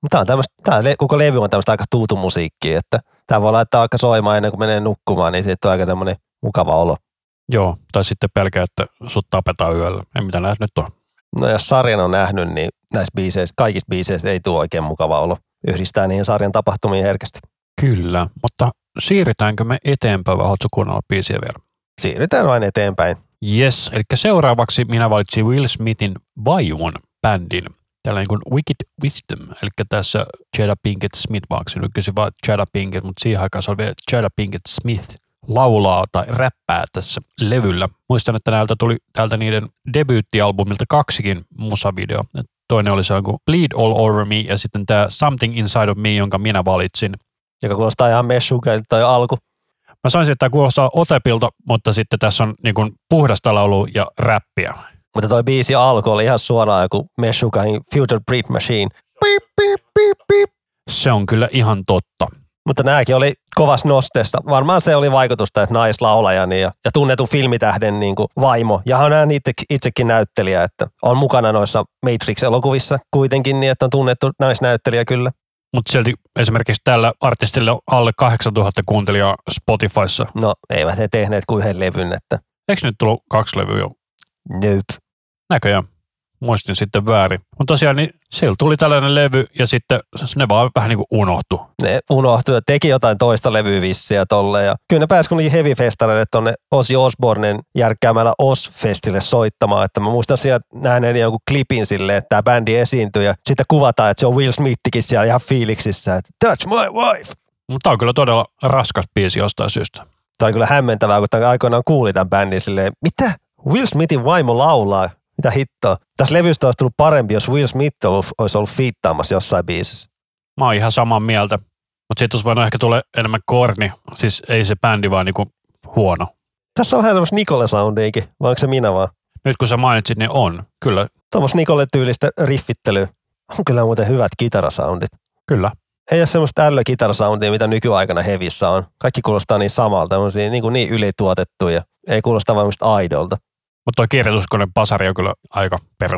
S3: Tämä on tämmöistä, tämä koko levy on tämmöistä aika tuutumusiikkia, että tämä voi laittaa aika soimaan ennen kuin menee nukkumaan, niin siitä on aika tämmöinen mukava olo.
S2: Joo, tai sitten pelkää, että sut tapetaan yöllä. Ei mitä näissä nyt on.
S3: No jos sarjan on nähnyt, niin näissä biiseissä, kaikissa biiseissä ei tule oikein mukava olo. Yhdistää niihin sarjan tapahtumiin herkästi.
S2: Kyllä, mutta siirrytäänkö me eteenpäin vai haluatko kuunnella biisiä vielä?
S3: Siirrytään vain eteenpäin.
S2: Yes, eli seuraavaksi minä valitsin Will Smithin Vaimun bändin. Tällainen kuin Wicked Wisdom, eli tässä Jada Pinkett Smith, vaikka nykyisin vaan Jada Pinkett, mutta siihen aikaan se oli vielä Jada Pinkett Smith laulaa tai räppää tässä levyllä. Muistan, että näiltä tuli täältä niiden debyyttialbumilta kaksikin musavideo. Toinen oli sellainen kuin Bleed All Over Me ja sitten tämä Something Inside of Me, jonka minä valitsin.
S3: Joka kuulostaa ihan Meshuggahilta toi alku.
S2: Mä sanoisin, että tämä kuulostaa Otepilta, mutta sitten tässä on niin kuin puhdasta laulua ja räppiä.
S3: Mutta toi biisi alku oli ihan suoraan joku Meshugahin Future Breed Machine. Beep, beep, beep, beep.
S2: Se on kyllä ihan totta.
S3: Mutta nämäkin oli kovas nosteesta. Varmaan se oli vaikutusta, että naislaulajani ja, ja tunnetun filmitähden niin kuin vaimo. Ja hän on itse, itsekin näyttelijä, että on mukana noissa Matrix-elokuvissa kuitenkin niin, että on tunnettu naisnäyttelijä kyllä.
S2: Mutta silti esimerkiksi tällä artistilla on alle kahdeksantuhatta kuuntelijaa Spotifyssa.
S3: No eivät he tehneet kuin yhden levyn, että...
S2: Eikö nyt tullut kaksi levyä jo?
S3: Nope.
S2: Näköjään. Muistin sitten väärin. Mutta tosiaan niin siellä tuli tällainen levy ja sitten ne vaan vähän niin kuin unohtui.
S3: Ne unohtui ja teki jotain toista levyä vissiä tolleen. Ja kyllä ne pääsi kuitenkin heavy-festareille tuonne Ozzy Osbournen järkkäämällä Oz-festille soittamaan. Että mä muistan sieltä nähneeni jonkun klipin silleen, että tämä bändi esiintyi ja sitten kuvataan, että se on Will Smithikin siellä ihan fiiliksissä, että touch my wife.
S2: Mutta tämä on kyllä todella raskas biisi jostain syystä.
S3: Tämä oli kyllä hämmentävää, kun tämän aikoinaan kuuli tämän bändin silleen, mitä? Will Smithin vaimo laulaa? Mitä hittoa? Tässä levystä olisi tullut parempi, jos Will Smith olisi ollut fiittaamassa jossain biisissä.
S2: Mä oon ihan samaa mieltä, mutta sitten olisi voinut ehkä tulla enemmän korni. Siis ei se bändi vaan niinku huono.
S3: Tässä on vähän tämmöistä Nicole-soundiikin, vai onko se minä vaan?
S2: Nyt kun sä mainitsit, niin on. Kyllä.
S3: Tuommoista Nicole-tyylistä riffittelyä. On kyllä muuten hyvät kitarasoundit.
S2: Kyllä.
S3: Ei ole semmoista ällö-kitarasoundia, mitä nykyaikana hevissä on. Kaikki kuulostaa niin samalta, tämmöisiä niin, niin ylituotettuja. Ei kuulostaa vaan mistä aidolta.
S2: Mutta tuo kirjoituskoneen pasari on kyllä aika perus.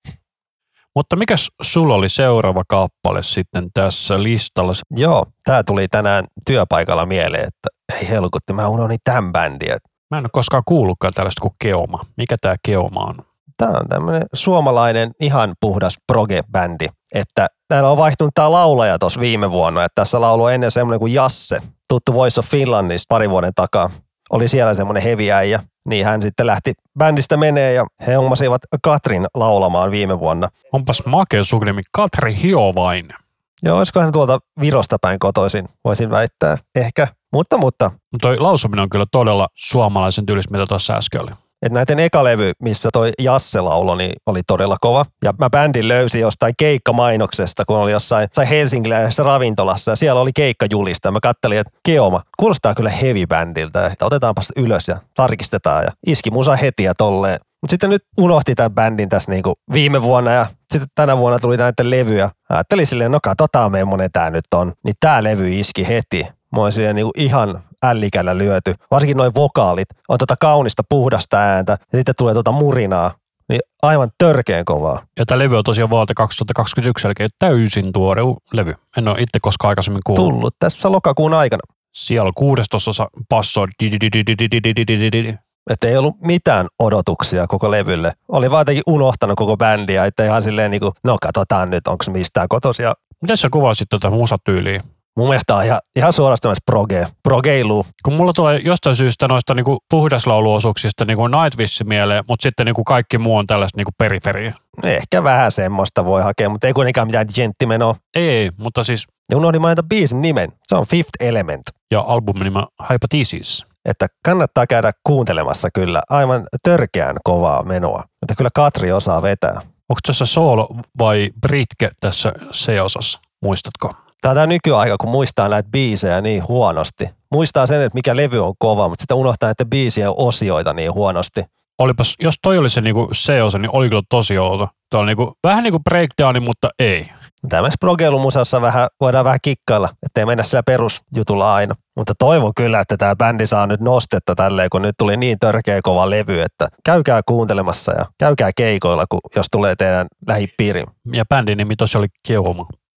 S2: Mutta mikäs sulla oli seuraava kappale sitten tässä listalla?
S3: Joo, tää tuli tänään työpaikalla mieleen, että ei helkutti, mä unohdin tämän bändin.
S2: Mä en ole koskaan kuullutkaan tällaista kuin Keoma. Mikä tää Keoma on?
S3: Tää on tämmönen suomalainen ihan puhdas proge-bändi, että täällä on vaihtunut tää laulaja tuossa viime vuonna, että tässä laulu ennen semmoinen kuin Jasse, tuttu Voice of Finlandista pari vuoden takaa. Oli siellä semmoinen heavy äijä, niin hän sitten lähti bändistä menee ja he hommasivat Katrin laulamaan viime vuonna.
S2: Onpas makea sukunimi Katri Hiovainen.
S3: Joo, olisiko hän tuolta Virosta päin kotoisin, voisin väittää. Ehkä, mutta mutta.
S2: Mutta toi lausuminen on kyllä todella suomalaisen tyylistä, mitä tuossa äsken oli.
S3: Että näiden eka levy, missä toi Jasse laulo, niin oli todella kova. Ja mä bändin löysin jostain keikkamainoksesta, kun oli jossain helsinkiläisessä ravintolassa ja siellä oli keikkajulista. Mä kattelin, että Keoma kuulostaa kyllä heavy-bändiltä, että otetaanpa sitä ylös ja tarkistetaan ja iski musa heti ja tolleen. Mutta sitten nyt unohti tämän bändin tässä niinku viime vuonna ja sitten tänä vuonna tuli näitä levyjä. Ajattelin silleen, no katsotaan memmonen tää nyt on. Niin tää levy iski heti. Mä oon silleen niinku ihan ällikällä lyöty. Varsinkin noi vokaalit. On tota kaunista puhdasta ääntä ja sitten tulee tota murinaa. Niin aivan törkeen kovaa.
S2: Ja tämä levy on tosiaan vuodelta kaksituhattakaksikymmentäyksi, eli täysin tuore levy. En ole itse koskaan aikaisemmin kuullut.
S3: Tullut tässä lokakuun aikana.
S2: Siellä on kuudestososa basso.
S3: Että ei ollut mitään odotuksia koko levylle. Oli vaan jotenkin unohtanut koko bändiä, että ihan silleen niin kuin, no katsotaan nyt, onko mistään kotoisia.
S2: Miten sä kuvasit tätä musatyyliä?
S3: Mun mielestä on ihan, ihan suorastaan proge, progeilu.
S2: Kun mulla tulee jostain syystä noista niinku puhdaslauluosuuksista niinku Nightwish mieleen, mutta sitten niinku kaikki muu on tällaista niinku periferiä.
S3: Ehkä vähän semmoista voi hakea, mutta ei kuitenkaan mitään genttimenoa.
S2: Ei, mutta siis...
S3: Ja unohdin mainita biisin nimen. Se on Fifth Element.
S2: Ja albumin nimi Hypothesis.
S3: Että kannattaa käydä kuuntelemassa kyllä aivan törkeän kovaa menoa. Että kyllä Katri osaa vetää.
S2: Onko tässä solo vai Britke tässä C-osassa? Muistatko?
S3: Tämä on tämä nykyaika, kun muistaa näitä biisejä niin huonosti. Muistaa sen, että mikä levy on kova, mutta sitten unohtaa näitä biisien osioita niin huonosti.
S2: Olipas, jos toi oli se niinku C-osa, niin oli kyllä tosi outo. Tuo on niinku, vähän niin kuin breakdowni, mutta ei.
S3: Tämmöisessä progeilumuseossa vähän, voidaan vähän kikkailla, ettei mennä siellä perusjutulla aina. Mutta toivon kyllä, että tämä bändi saa nyt nostetta tälleen, kun nyt tuli niin törkeä kova levy, että käykää kuuntelemassa ja käykää keikoilla, kun, jos tulee teidän lähipiirin.
S2: Ja bändin nimi tosiaan oli Keoma.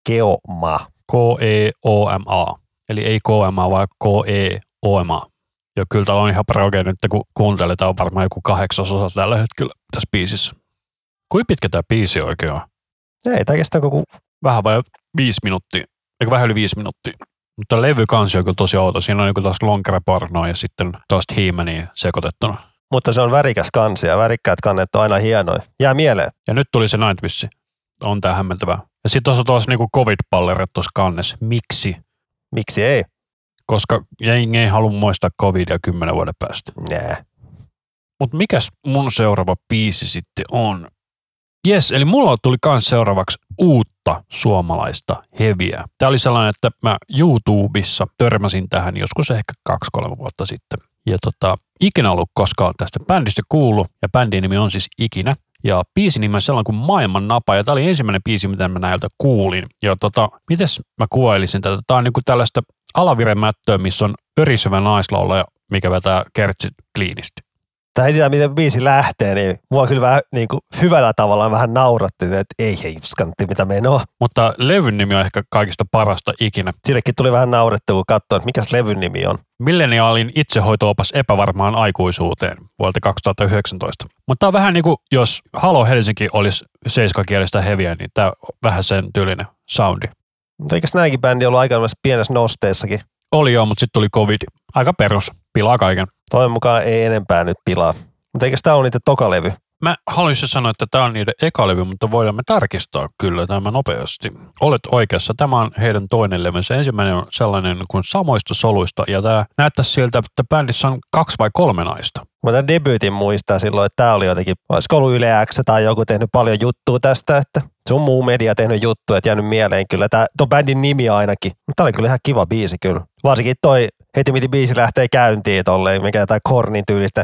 S3: Keoma.
S2: K E O M A. Eli ei K M A, vaan K E O M A. Ja kyllä täällä on ihan progea nyt, kun kuuntelee, tää on varmaan joku kahdeksasosa tällä hetkellä tässä biisissä. Kuinka pitkä tää biisi oikein on?
S3: Ei, tää kestää koko...
S2: Vähän vai viisi minuuttia. Eikö vähän yli viisi minuuttia. Mutta levykansi on kyllä tosi outo. Siinä on joku taas lonkerapornoa ja sitten tosta He-Mania sekoitettuna.
S3: Mutta se on värikäs kansi ja värikkäät kannet on aina hienoja. Jää mieleen.
S2: Ja nyt tuli se Nightwish. On tää hämmentävää. Ja sitten tuossa on tuossa niinku covid-palleret tuossa kannessa. Miksi?
S3: Miksi ei?
S2: Koska jengi ei halua muistaa covidia kymmenen vuoden päästä.
S3: Nää.
S2: Mutta mikäs mun seuraava biisi sitten on? Jes, eli mulla tuli kans seuraavaksi uutta suomalaista heviä. Tää oli sellainen, että mä YouTubessa törmäsin tähän joskus ehkä kaksi kolme vuotta sitten. Ja tota, ikinä ollut koskaan tästä bändistä kuullut, ja bändin nimi on siis Ikinä. Ja biisin nimi on sellainen kuin Maailman napa, ja tää oli ensimmäinen biisi, mitä mä näiltä kuulin. Ja tota, mites mä kuvailisin tätä? Tää on niinku tällaista alaviremättöä, missä on örisevä naislaulaja, mikä vetää kertsit kliinisti.
S3: Tai ei tiedä, miten biisi lähtee, niin mua kyllä vähän niin kuin hyvällä tavalla vähän nauratti, että ei hei, skantti, mitä menoa.
S2: Mutta levyn nimi on ehkä kaikista parasta ikinä.
S3: Sillekin tuli vähän naurettu, kun katsoin, että mikäs levyn nimi on.
S2: Milleniaalin itsehoito-opas epävarmaan aikuisuuteen vuodelta kaksituhattayhdeksäntoista. Mutta tämä on vähän niin kuin, jos Halo Helsinki olisi seiskakielistä heviä, niin tämä on vähän sen tyylinen soundi.
S3: Mutta eikös näinkin bändi ollut aika pienessä nosteessakin?
S2: Oli joo, mutta sitten tuli covid. Aika perus. Pilaa kaiken.
S3: Toivon mukaan ei enempää nyt pilaa. Mutta eikös tämä ole niiden tokalevy?
S2: Mä haluaisin sanoa, että tämä on niiden ekalevy, mutta voidaan me tarkistaa kyllä tämä nopeasti. Olet oikeassa. Tämä on heidän toinen levy. Se ensimmäinen on sellainen kuin Samoista soluista, ja tämä näyttäisi siltä, että bändissä on kaksi vai kolme naista.
S3: Mä tämän debyytin muistaa silloin, että tämä oli jotenkin, olisiko ollut Yle X tai joku tehnyt paljon juttua tästä, että sun muu media tehnyt juttua, että jäänyt mieleen kyllä. Tämä on bändin nimi ainakin. Mutta tämä oli kyllä ihan kiva biisi kyllä. Varsinkin toi heti miten biisi lähtee käyntiin tolleen, mikä jotain Kornin tyylistä.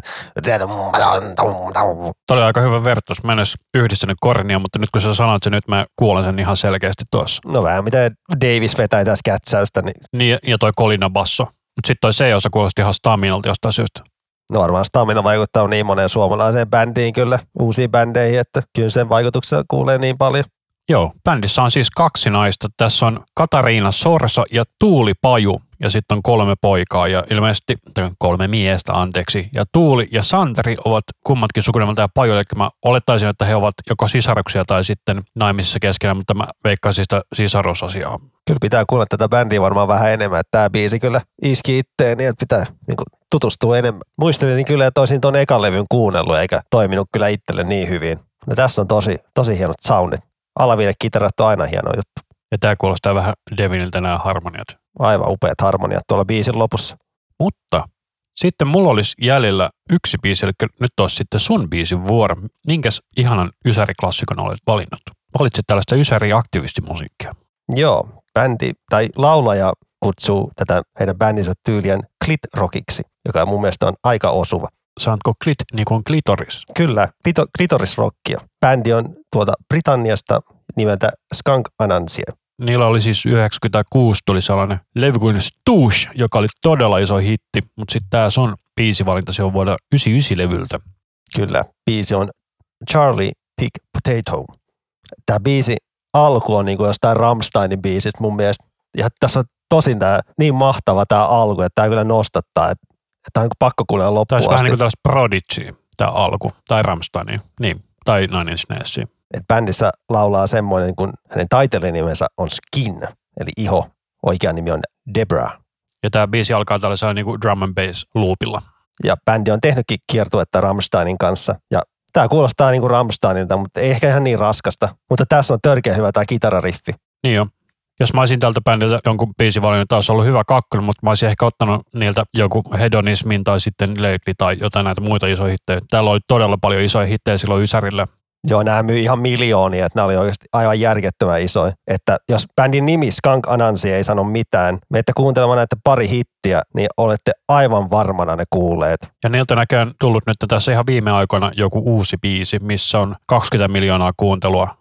S2: Tämä oli aika hyvä vertaus. Mä en edes yhdistänyt Kornia, mutta nyt kun sä sanot sen, nyt mä kuulen sen ihan selkeästi tuossa.
S3: No vähän miten Davis vetää tässä kätsäystä. Niin,
S2: niin ja toi kolina basso. Mutta sitten toi C-osa kuulosti ihan Staminalta jostain syystä.
S3: No varmaan Stamina vaikuttaa niin moneen suomalaiseen bändiin kyllä, uusiin bändeihin, että kyllä sen vaikutuksia kuulee niin paljon.
S2: Joo, bändissä on siis kaksi naista. Tässä on Katariina Sorsa ja Tuuli Paju ja sitten on kolme poikaa ja ilmeisesti kolme miestä, anteeksi. Ja Tuuli ja Santeri ovat kummatkin sukunimeltä ja Paju, eli mä olettaisin, että he ovat joko sisaruksia tai sitten naimisissa keskenään, mutta mä veikkaisin sitä sisarusasiaa.
S3: Kyllä pitää kuulla tätä bändiä varmaan vähän enemmän, että tämä biisi kyllä iski itteen niin, että pitää niin kuin tutustua enemmän. Muistelin kyllä, että olisin tuon ekan levyn kuunnellut eikä toiminut kyllä itselle niin hyvin. No tässä on tosi, tosi hienot soundit. Alaviidekitarat on aina hieno juttu.
S2: Ja tää kuulostaa vähän Deviniltä nämä harmoniat.
S3: Aivan upeat harmoniat tuolla biisin lopussa.
S2: Mutta sitten mulla olisi jäljellä yksi biisi, eli nyt olisi sitten sun biisin vuoro. Minkäs ihanan ysäriklassikon olet valinnut? Valitsit tällaista ysäri-aktivistimusiikkia.
S3: Joo, bändi tai laulaja kutsuu tätä heidän bändinsä tyyliän clit-rockiksi, joka mun mielestä on aika osuva.
S2: Saanko clit niin kuin klitoris?
S3: Kyllä, klito, klitorisrockia. Bändi on tuolta Britanniasta nimeltä Skunk Anansie.
S2: Niillä oli siis yhdeksänkymmentäkuusi tuli sellainen levy kuin Stoosh, joka oli todella iso hitti, mutta sitten tämä sun biisivalinta, se on vuodelta yhdeksänkymmentäyhdeksän levyltä.
S3: Kyllä, biisi on Charlie Pig Potato. Tämä biisi alku on niin kuin jostain Rammsteinin biisit mun mielestä. Ja tässä on tosin tämä niin mahtava tämä alku, että tämä kyllä nostattaa, että tämä on pakko kuunnella loppuun asti.
S2: Tämä vähän niin kuin tällaista Prodigy, tämä alku, tai Rammstein, niin, tai Nine Inch Nailsia.
S3: Et bändissä laulaa semmoinen, kun hänen taitelinimensä on Skin, eli iho. Oikea nimi on Debra.
S2: Ja tämä biisi alkaa tällaisella niin kuin drum and bass loopilla.
S3: Ja bändi on tehnytkin kiertuetta Rammsteinin kanssa. Ja tämä kuulostaa niin kuin Rammsteinilta, mutta ei ehkä ihan niin raskasta. Mutta tässä on törkeä hyvä tämä kitarariffi.
S2: Niin jo. Jos mä olisin tältä bändiltä jonkun biisin valinnut, taas ollut hyvä kakkonen, mutta mä olisin ehkä ottanut niiltä joku Hedonismin tai sitten Lately tai jotain näitä muita isoja hittejä. Täällä oli todella paljon isoja hittejä silloin Ysärillä.
S3: Joo, nämä myy ihan miljoonia, että nämä oli oikeasti aivan järjettömän isoja. Että jos bändin nimi Skunk Anansie ei sano mitään, menette kuuntelemaan näitä pari hittiä, niin olette aivan varmana ne kuulleet.
S2: Ja niiltä näköjään tullut nyt tässä ihan viime aikoina joku uusi biisi, missä on kaksikymmentä miljoonaa kuuntelua.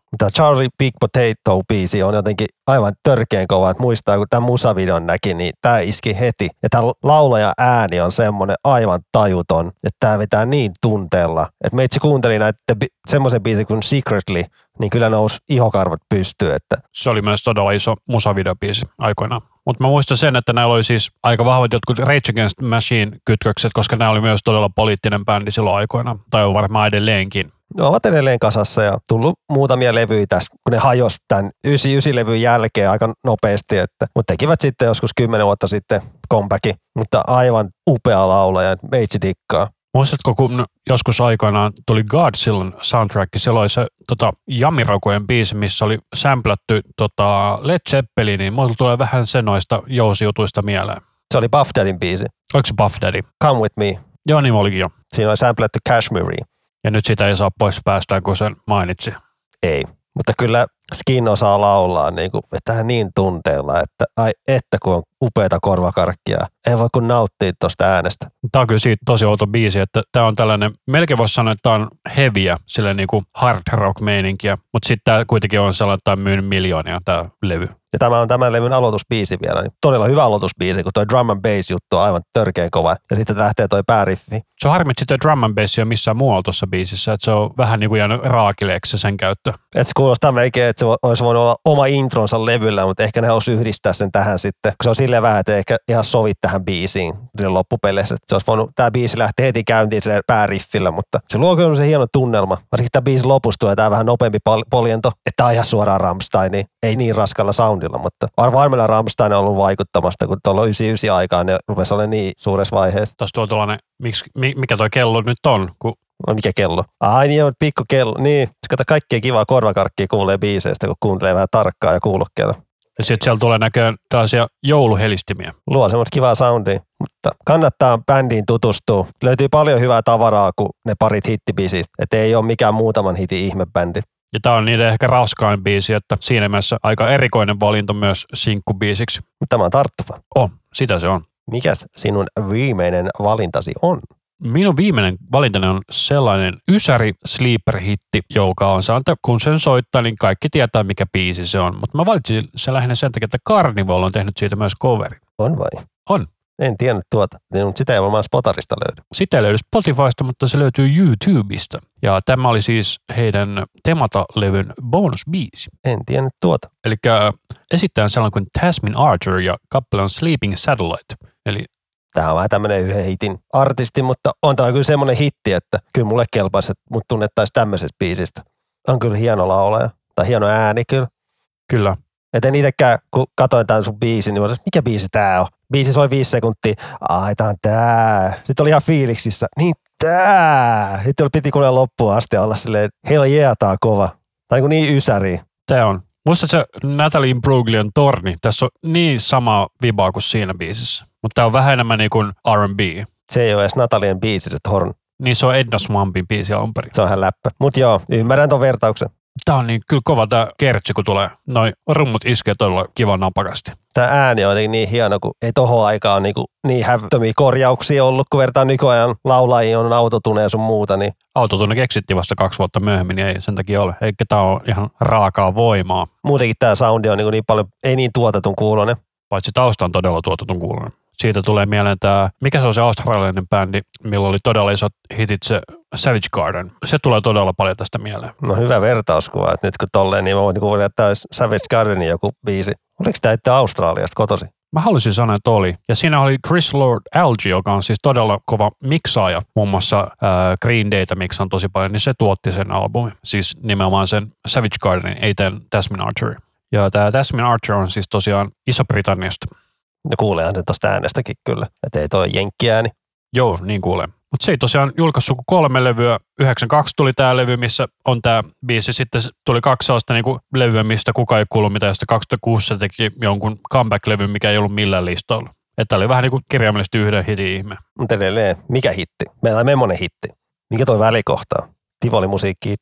S3: Tämä Charlie Big Potato-biisi on jotenkin aivan törkeän kova, että muistaa, kun tämän musavideon näki, niin tämä iski heti. Ja tämä laulaja ääni on semmoinen aivan tajuton, että tämä vetää niin tunteella. Että meitsi kuunteli näitä semmoisen biisin kuin Secretly, niin kyllä nousi ihokarvat pystyyn. Että
S2: se oli myös todella iso musavideobiisi aikoinaan. Mutta mä muistan sen, että näillä oli siis aika vahvat jotkut Rage Against the Machine-kytkökset, koska nämä oli myös todella poliittinen bändi silloin aikoinaan. Tai on varmaan edelleenkin.
S3: Ne ovat edelleen kasassa ja tullut muutamia levyjä tässä, kun ne hajosi tämän yhdeksänkymmentäyhdeksän-levyn jälkeen aika nopeasti. Että, mutta tekivät sitten joskus kymmenen vuotta sitten comebackin, mutta aivan upea laulaja, meitsi dikkaa.
S2: Muistatko, kun joskus aikoinaan tuli Godzillan soundtrack, siellä oli se tota, Jamiroquain biisi, missä oli samplattu tota, Led Zeppeliniin. Mulla tulee vähän se noista jousijutuista mieleen.
S3: Se oli Puff Daddyn biisi.
S2: Oliko se Puff Daddy?
S3: Come With Me.
S2: Joo, niin olikin jo.
S3: Siinä oli samplattu Kashmireen.
S2: Ja nyt sitä ei saa pois päästään, kun sen mainitsi.
S3: Ei, mutta kyllä Skin osaa laulaa niin kuin, että niin tunteella, että ai että kun on upeata korvakarkkia. Ei voi kun nauttia tuosta äänestä.
S2: Tämä on kyllä siitä tosi outo biisi, että tämä on tällainen, melkein voisi sanoa, että tämä on heviä, sillä niin kuin hard rock meininkiä, mutta sitten tämä kuitenkin on sellainen, että tämä on myynyt miljoonia tämä levy.
S3: Ja tämä on tämän levyn aloitusbiisi vielä, niin todella hyvä aloitusbiisi, kun toi drum and bass juttu on aivan törkeän kova. Ja sitten lähtee toi pääriffi.
S2: Se on harmi, että sitä drum and bassia missään muualla tuossa biisissä, että se on vähän niin kuin jäänyt raakileeksi sen käyttö.
S3: Että se kuulostaa melkein, että se olisi voinut olla oma intronsa levyllä, mutta ehkä ne halusi yhdistää sen tähän sitten. Kun se on silleen vähän, että ehkä ihan sovit tähän biisiin loppupeleissä. Että se olisi voinut, tämä biisi lähtee heti käyntiin sille pääriffillä, mutta se luo kyllä se hieno tunnelma. Varsinkin tämä biisi lopussa tulee tämä vähän nopeampi pol- poljento, että tämä on ihan suoraan Rammstein, ei niin raskalla soundilla, mutta varmilla Rammstein on ollut vaikuttamasta, kun tuolla yhdeksänkymmentäyhdeksän aikaan ne rupesi olemaan niin suuressa vaiheessa.
S2: Tuossa tuo tuollainen, mikä toi kello nyt on? Kun...
S3: No mikä kello? Ai niin on pikku kello. Niin, se kato kaikkea kivaa korvakarkkia kuulee biiseistä, kun kuuntelee vähän tarkkaa ja kuulokkeella.
S2: Ja sitten siellä tulee näköjään tällaisia jouluhelistimiä.
S3: Luo semmoista kivaa soundia, mutta kannattaa bändiin tutustua. Löytyy paljon hyvää tavaraa kuin ne parit hittibiisit, että ei ole mikään muutaman hitin ihmebändi.
S2: Ja tämä on niiden ehkä raskain biisi, että siinä mielessä aika erikoinen valinta myös sinkkubiisiksi.
S3: Mutta tämä on tarttuva.
S2: On, sitä se on.
S3: Mikäs sinun viimeinen valintasi on?
S2: Minun viimeinen valintani on sellainen ysäri sleeper-hitti, joka on sellainen, kun sen soittaa, niin kaikki tietää, mikä biisi se on. Mutta mä valitsin se lähinnä sen takia, että Carnival on tehnyt siitä myös coverin.
S3: On vai?
S2: On.
S3: En tiennyt tuota, mutta sitä ei varmaan Spotarista löydy.
S2: Sitä ei löydy Spotifysta, mutta se löytyy YouTubesta. Ja tämä oli siis heidän Temata-levyn bonusbiisi.
S3: En tiennyt tuota.
S2: Eli esittää sellainen kuin Tasmin Archer ja kappale on Sleeping Satellite. Eli
S3: tämä on vähän tämmöinen yhden hitin artisti, mutta on tämä kyllä semmoinen hitti, että kyllä mulle kelpaisi, että mut tunnettaisiin tämmöisestä biisistä. On kyllä hieno laulaja, tai hieno ääni kyllä.
S2: Kyllä.
S3: Et en itsekään, kun katsoin tämän sun biisin, niin mä sanoin, mikä biisi tää on? Biisi soi viisi sekuntia. Ai, tää on tää. Sitten oli ihan fiiliksissä. Niin tää. Sitten oli piti kuulla loppuun asti olla silleen, hell yeah, tää on kova. Tai niin ysäri.
S2: Tää on. Muistatko Natalie Imbruglia Torni? Tässä on niin sama vibaa kuin siinä biisissä. Mutta tää on vähän enemmän niin kuin R and B.
S3: Se ei ole edes Natalien biisi, se Torn.
S2: Niin se on Edna Swampin biisi alun perin.
S3: Se on ihan läppä. Mut joo, ymmärrän ton vertauksen.
S2: Tää on niin kyllä kova tää kertsi, kun tulee. Noi rummut iskee todella kivan napakasti.
S3: Tää ääni on niin hieno, kun ei tohon aikaan niin, niin hävyttömiä korjauksia ollut, kun vertaan nykyajan laulajiin on autotune ja sun muuta. Niin.
S2: Autotune keksittiin vasta kaksi vuotta myöhemmin, niin ei sen takia ole. Eikä tää on ihan raakaa voimaa.
S3: Muutenkin tää soundi on niin, niin paljon, ei niin tuotetun kuulonen.
S2: Paitsi tausta on todella tuotetun kuulonen. Siitä tulee mieleen tämä, mikä se on se australialainen bändi, millä oli todella isot hitit se Savage Garden. Se tulee todella paljon tästä mieleen.
S3: No hyvä vertauskuva, että nyt kun tolleen, niin mä voin kuulla, että tämä olisi Savage Gardenin joku biisi. Oliko tämä itse Australiasta kotosi?
S2: Mä haluaisin sanoa, että oli. Ja siinä oli Chris Lord Alge, joka on siis todella kova miksaaja. Muun muassa äh, Green Dayta miksaan tosi paljon, niin se tuotti sen albumin. Siis nimenomaan sen Savage Gardenin, ei tämän Tasmin Archer. Ja tämä Tasmin Archer on siis tosiaan Iso-Britanniasta.
S3: No kuuleehan sen tuosta äänestäkin kyllä, että ei toi jenkkiääni.
S2: Joo, niin kuulee. Mutta se ei tosiaan julkaissut kolme levyä. yhdeksänkymmentäkaksi tuli tämä levy, missä on tämä biisi. Sitten tuli kaksi sellaista niinku levyä, mistä kukaan ei kuullut mitään. Sitten kaksituhattakuusi se teki jonkun comeback-levy, mikä ei ollut millään listalla. Että oli vähän niin kuin kirjaimellisesti yhden hitin ihme.
S3: Mutta edelleen, mikä hitti? Meillä on memmonen hitti. Mikä toi välikohta? Tivoli-musiikki.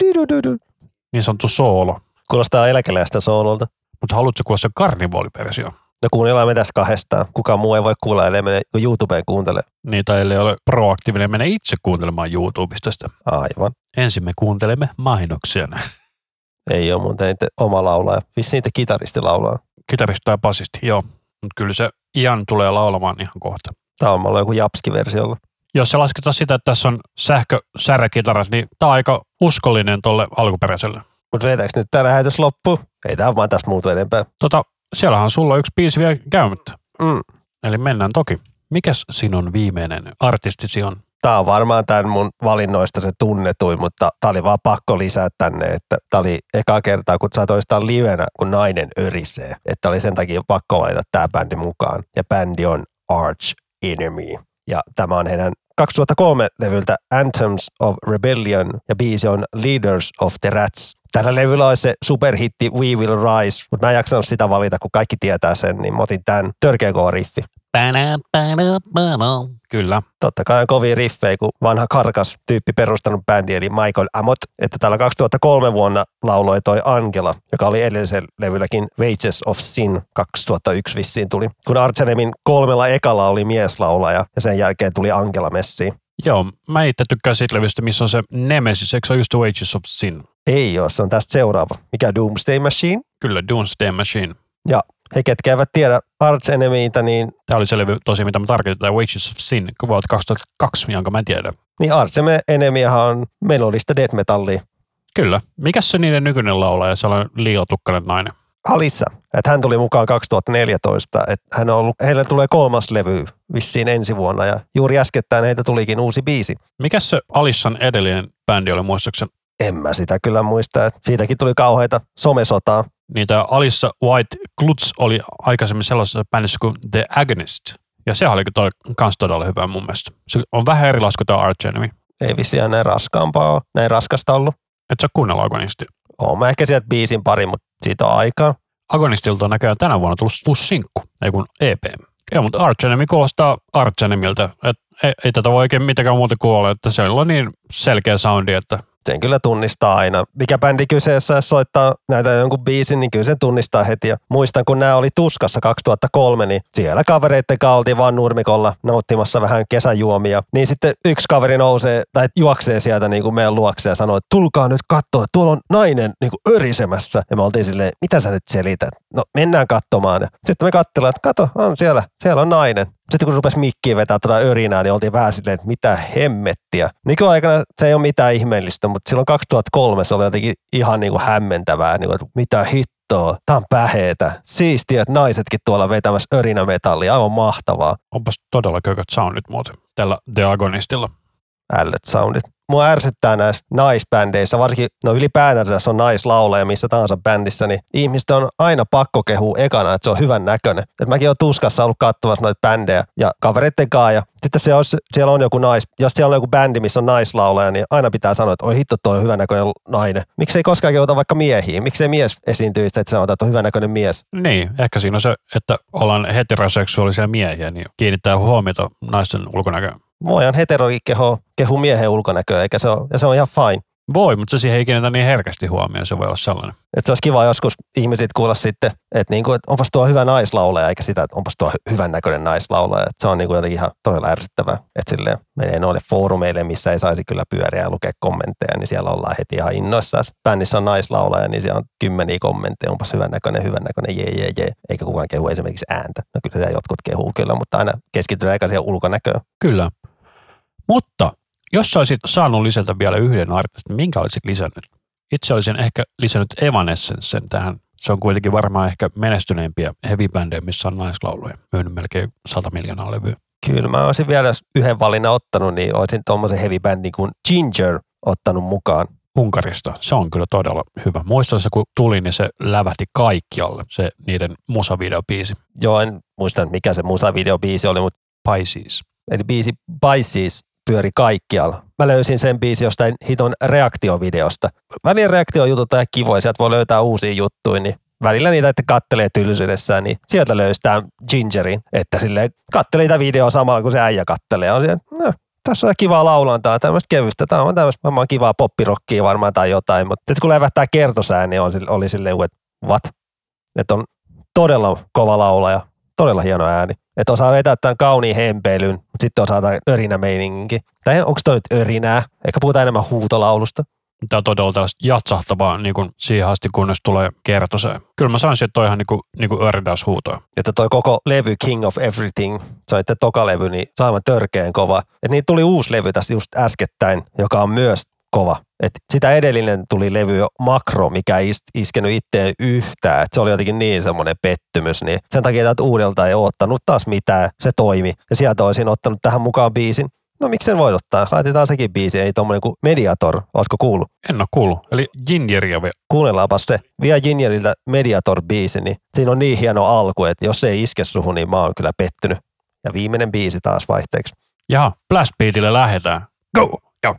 S2: Niin sanottu soolo.
S3: Kuulostaa eläkeläistä soololta.
S2: Mutta haluatko kuulla se Carnival-versio?
S3: No kuunnellaan me tässä kahdestaan. Kukaan muu ei voi kuulla, ellei mene YouTubeen kuuntele.
S2: Niin, tai ellei ole proaktiivinen, mene itse kuuntelemaan YouTubesta sitä.
S3: Aivan.
S2: Ensin me kuuntelemme mainoksia.
S3: Ei ole muuten niitä oma laulaja. Vissi niitä kitaristi laulaa.
S2: Kitaristi tai basisti, joo. Mutta kyllä se Ian tulee laulamaan ihan kohta.
S3: Tämä on mulla joku japski-versiolla.
S2: Jos se lasketaan sitä, että tässä on sähkösäräkitarat, niin tämä on aika uskollinen tolle alkuperäiselle.
S3: Mutta vetääkö nyt tämä lähetys loppu? Ei tämä vaan tästä muutu enempää.
S2: Tota, siellähän on sulla yksi biisi vielä käymättä.
S3: Mm.
S2: Eli mennään toki. Mikäs sinun viimeinen artistisi on?
S3: Tämä on varmaan tämän mun valinnoista se tunnetuin, mutta tämä oli vaan pakko lisää tänne, että tämä oli eka kertaa, kun saa toistaan livenä, kun nainen örisee. Että oli sen takia pakko valita tämä bändi mukaan. Ja bändi on Arch Enemy. Ja tämä on heidän kaksituhattakolme levyltä Anthems of Rebellion ja biisi on Leaders of the Rats. Tällä levyllä olisi se superhitti We Will Rise, mutta mä en jaksanut sitä valita, kun kaikki tietää sen, niin mä otin tämän törkeä kova riffi.
S2: Kyllä.
S3: Totta kai on kovia riffejä, kun vanha karkas tyyppi perustanut bändi, eli Michael Amott, että täällä kaksituhattakolme vuonna lauloi toi Angela, joka oli edellisen levylläkin Wages of Sin kaksituhattayksi vissiin tuli. Kun Arch Enemyn kolmella ekalla oli mieslaulaja ja sen jälkeen tuli Angela messiin.
S2: Joo, mä itse tykkään siitä levystä, missä on se Nemesis, eikö se ole just Wages of Sin?
S3: Ei ole, se on tästä seuraava. Mikä Doomsday Machine?
S2: Kyllä, Doomsday Machine.
S3: Ja he, ketkä eivät tiedä Arch Enemyitä, niin...
S2: Tämä oli se levy tosi, mitä mä tarkoitan, Wages of Sin, vuodelta kaksituhattakaksi, jonka mä en tiedä.
S3: Niin Arch Enemyhän on melodista death metallia.
S2: Kyllä. Mikäs se niiden nykyinen laulaja, sellainen liilotukkainen nainen?
S3: Alissa. Että hän tuli mukaan kaksituhattaneljätoista. Että hän on ollut, heille tulee kolmas levy vissiin ensi vuonna ja juuri äskettäin heitä tulikin uusi biisi.
S2: Mikäs se Alissan edellinen bändi oli muistaakseni?
S3: En mä sitä kyllä muista. Että siitäkin tuli kauheita somesotaa.
S2: Niitä Alissa White Kluts oli aikaisemmin sellaisessa bändissä kuin The Agonist. Ja se oli kans todella hyvä mun mielestä. Se on vähän erilaista kuin tämä Arch Enemy.
S3: Ei vissiin näin raskaampaa ole. Näin raskasta ollut.
S2: Et sä kuunnella Agonistia?
S3: Oon mä ehkä sieltä biisin pari, mutta siitä on aikaa.
S2: Agonistilta on näköjään tänä vuonna tullut uusi sinkku, ei kun E P. Joo, mutta Arch Enemy koostaa Arch Enemyltä. Et ei, ei tätä voi oikein mitenkään muuta kuolla, että se on niin selkeä soundi, että
S3: sen kyllä tunnistaa aina. Mikä bändi kyseessä, jos soittaa näitä jonkun biisin, niin kyllä sen tunnistaa heti. Ja muistan, kun nämä oli Tuskassa kaksituhattakolme, niin siellä kavereitten kanssa oltiin vaan nurmikolla nauttimassa vähän kesäjuomia. Niin sitten yksi kaveri nousee tai juoksee sieltä niin kuin meidän luokse ja sanoo, että tulkaa nyt katsoa, tuolla on nainen niin kuin örisemässä. Ja me oltiin silleen, mitä sä nyt selität? No mennään katsomaan. Ja sitten me katsellaan, että kato, on siellä, siellä on nainen. Sitten kun rupesi mikkiin vetää tuota örinää, niin oltiin vähän silleen, että mitä hemmettiä. Nykyaikana se ei ole mitään ihmeellistä, mutta silloin kaksituhattakolme se oli jotenkin ihan niin kuin hämmentävää, niin kuin, että mitä hittoa, tää on päheetä. Siistiä, että naisetkin tuolla vetämässä örinämetallia, aivan mahtavaa.
S2: Onpas todella kököt soundit muuten tällä The Agonistilla.
S3: Ällöt soundit. Mua ärsyttää näissä naisbändeissä, varsinkin no ylipäätänsä jos on naislaulaja missä tahansa bändissä, niin ihmiset on aina pakko kehua ekana, että se on hyvän näköinen. Et mäkin olen Tuskassa ollut katsomassa noita bändejä ja kavereitten kanssa ja sitten se on, siellä on joku nais, jos siellä on joku bändi, missä on naislaulaja, niin aina pitää sanoa, että oi hitto, toi on hyvän näköinen nainen. Miksi ei koskaan kehuta vaikka miehiä? Miksi ei mies esiintyy sitä, että sanotaan, että on hyvän näköinen mies?
S2: Niin, ehkä siinä on se, että ollaan heteroseksuaalisia miehiä, niin kiinnittää huomiota naisten ulkonäköön.
S3: Voidaan heterokin kehu, kehu miehen ulkonäköä, eikä se ole, ja se on ihan fine.
S2: Voi, mutta se siihen ei kiinnitä niin herkästi huomioon, se voi olla sellainen.
S3: Että se olisi kiva joskus ihmiset kuulla sitten, että, niinku, että onpas tuo hyvä naislaulaja, eikä sitä, että onpas tuo hyvän näköinen naislaulaja. Että se on niinku jotenkin ihan todella ärsyttävää. Että silleen menee noille foorumeille, missä ei saisi kyllä pyöriä ja lukea kommentteja, niin siellä ollaan heti ihan innoissaan. Bändissä on naislaulaja, niin siellä on kymmeniä kommentteja, onpas hyvän näköinen, hyvän näköinen, jee, jee, jee. Eikä kukaan kehu esimerkiksi ääntä. No kyllä siellä jotkut kehuu kyllä, mutta aina keskitytään eikä siihen ulkonäköön.
S2: Kyllä. Mutta jos sä olisit saanut lisätä vielä yhden artistin, minkä olisit lisännyt? Itse olisin ehkä lisännyt Evanescencen tähän. Se on kuitenkin varmaan ehkä menestyneimpiä heavy-bändejä, missä on naislauluja. Myynyt melkein sata miljoonaa levyä.
S3: Kyllä, mä olisin vielä yhden valinnan ottanut, niin olisin tuommoisen heavy-bändin kuin Ginger ottanut mukaan.
S2: Unkarista. Se on kyllä todella hyvä. Muistan se, kun tuli, niin se lävähti kaikkialle, se niiden musavideobiisi.
S3: Joo, en muista, mikä se musavideobiisi oli, mutta
S2: Pisces.
S3: Eli biisi Pisces pyöri kaikkialla. Mä löysin sen biisi jostain hiton reaktiovideosta. Välillä reaktiojutut on ihan kivoja, sieltä voi löytää uusia juttuja, niin välillä niitä, että kattelee tylsyydessään, niin sieltä löystää Gingerin, että silleen kattelee niitä videoa samalla, kun se äijä kattelee. On siellä, no, tässä on kivaa laulantaa, tämmöistä kevystä, tämä on tämmöistä varmaan kivaa poppirockia varmaan tai jotain, mutta sitten kun levähtää kertosään, niin on, oli silleen, että what? Että on todella kova laulaja, todella hieno ääni. Että osaa vetää tämän kauniin hempeilyn, mutta sitten osaa tämän örinämeininkin. Tai onko toi nyt örinää? Ehkä puhutaan enemmän huutolaulusta.
S2: Tämä on todella tällaista jatsahtavaa niin kuin siihen asti, kunnes tulee kertoseen. Kyllä mä sanoisin, että toi ihan niin kuin, niin kuin ördäyshuutoa.
S3: Että toi koko levy King of Everything, se on toka levy, niin se on aivan törkeän kova. Että niitä tuli uusi levy tässä just äskettäin, joka on myös kova. Et sitä edellinen tuli levy jo Makro, mikä ei iskenyt itteen yhtään. Et se oli jotenkin niin semmoinen pettymys. Niin sen takia täältä uudelta ei ole ottanut taas mitään. Se toimi. Ja sieltä olisin ottanut tähän mukaan biisin. No miksi sen voi ottaa? Laitetaan sekin biisi. Ei tommonen kuin Mediator. Ootko kuullut?
S2: En ole kuullut. Eli Gingeria vielä.
S3: Kuunnellaanpas se. Vie Gingeriltä Mediator-biisi. Niin siinä on niin hieno alku, että jos se ei iske suhun, niin mä oon kyllä pettynyt. Ja viimeinen biisi taas vaihteeksi.
S2: Jaha, Blast Beatille lähdetään. Go! Go!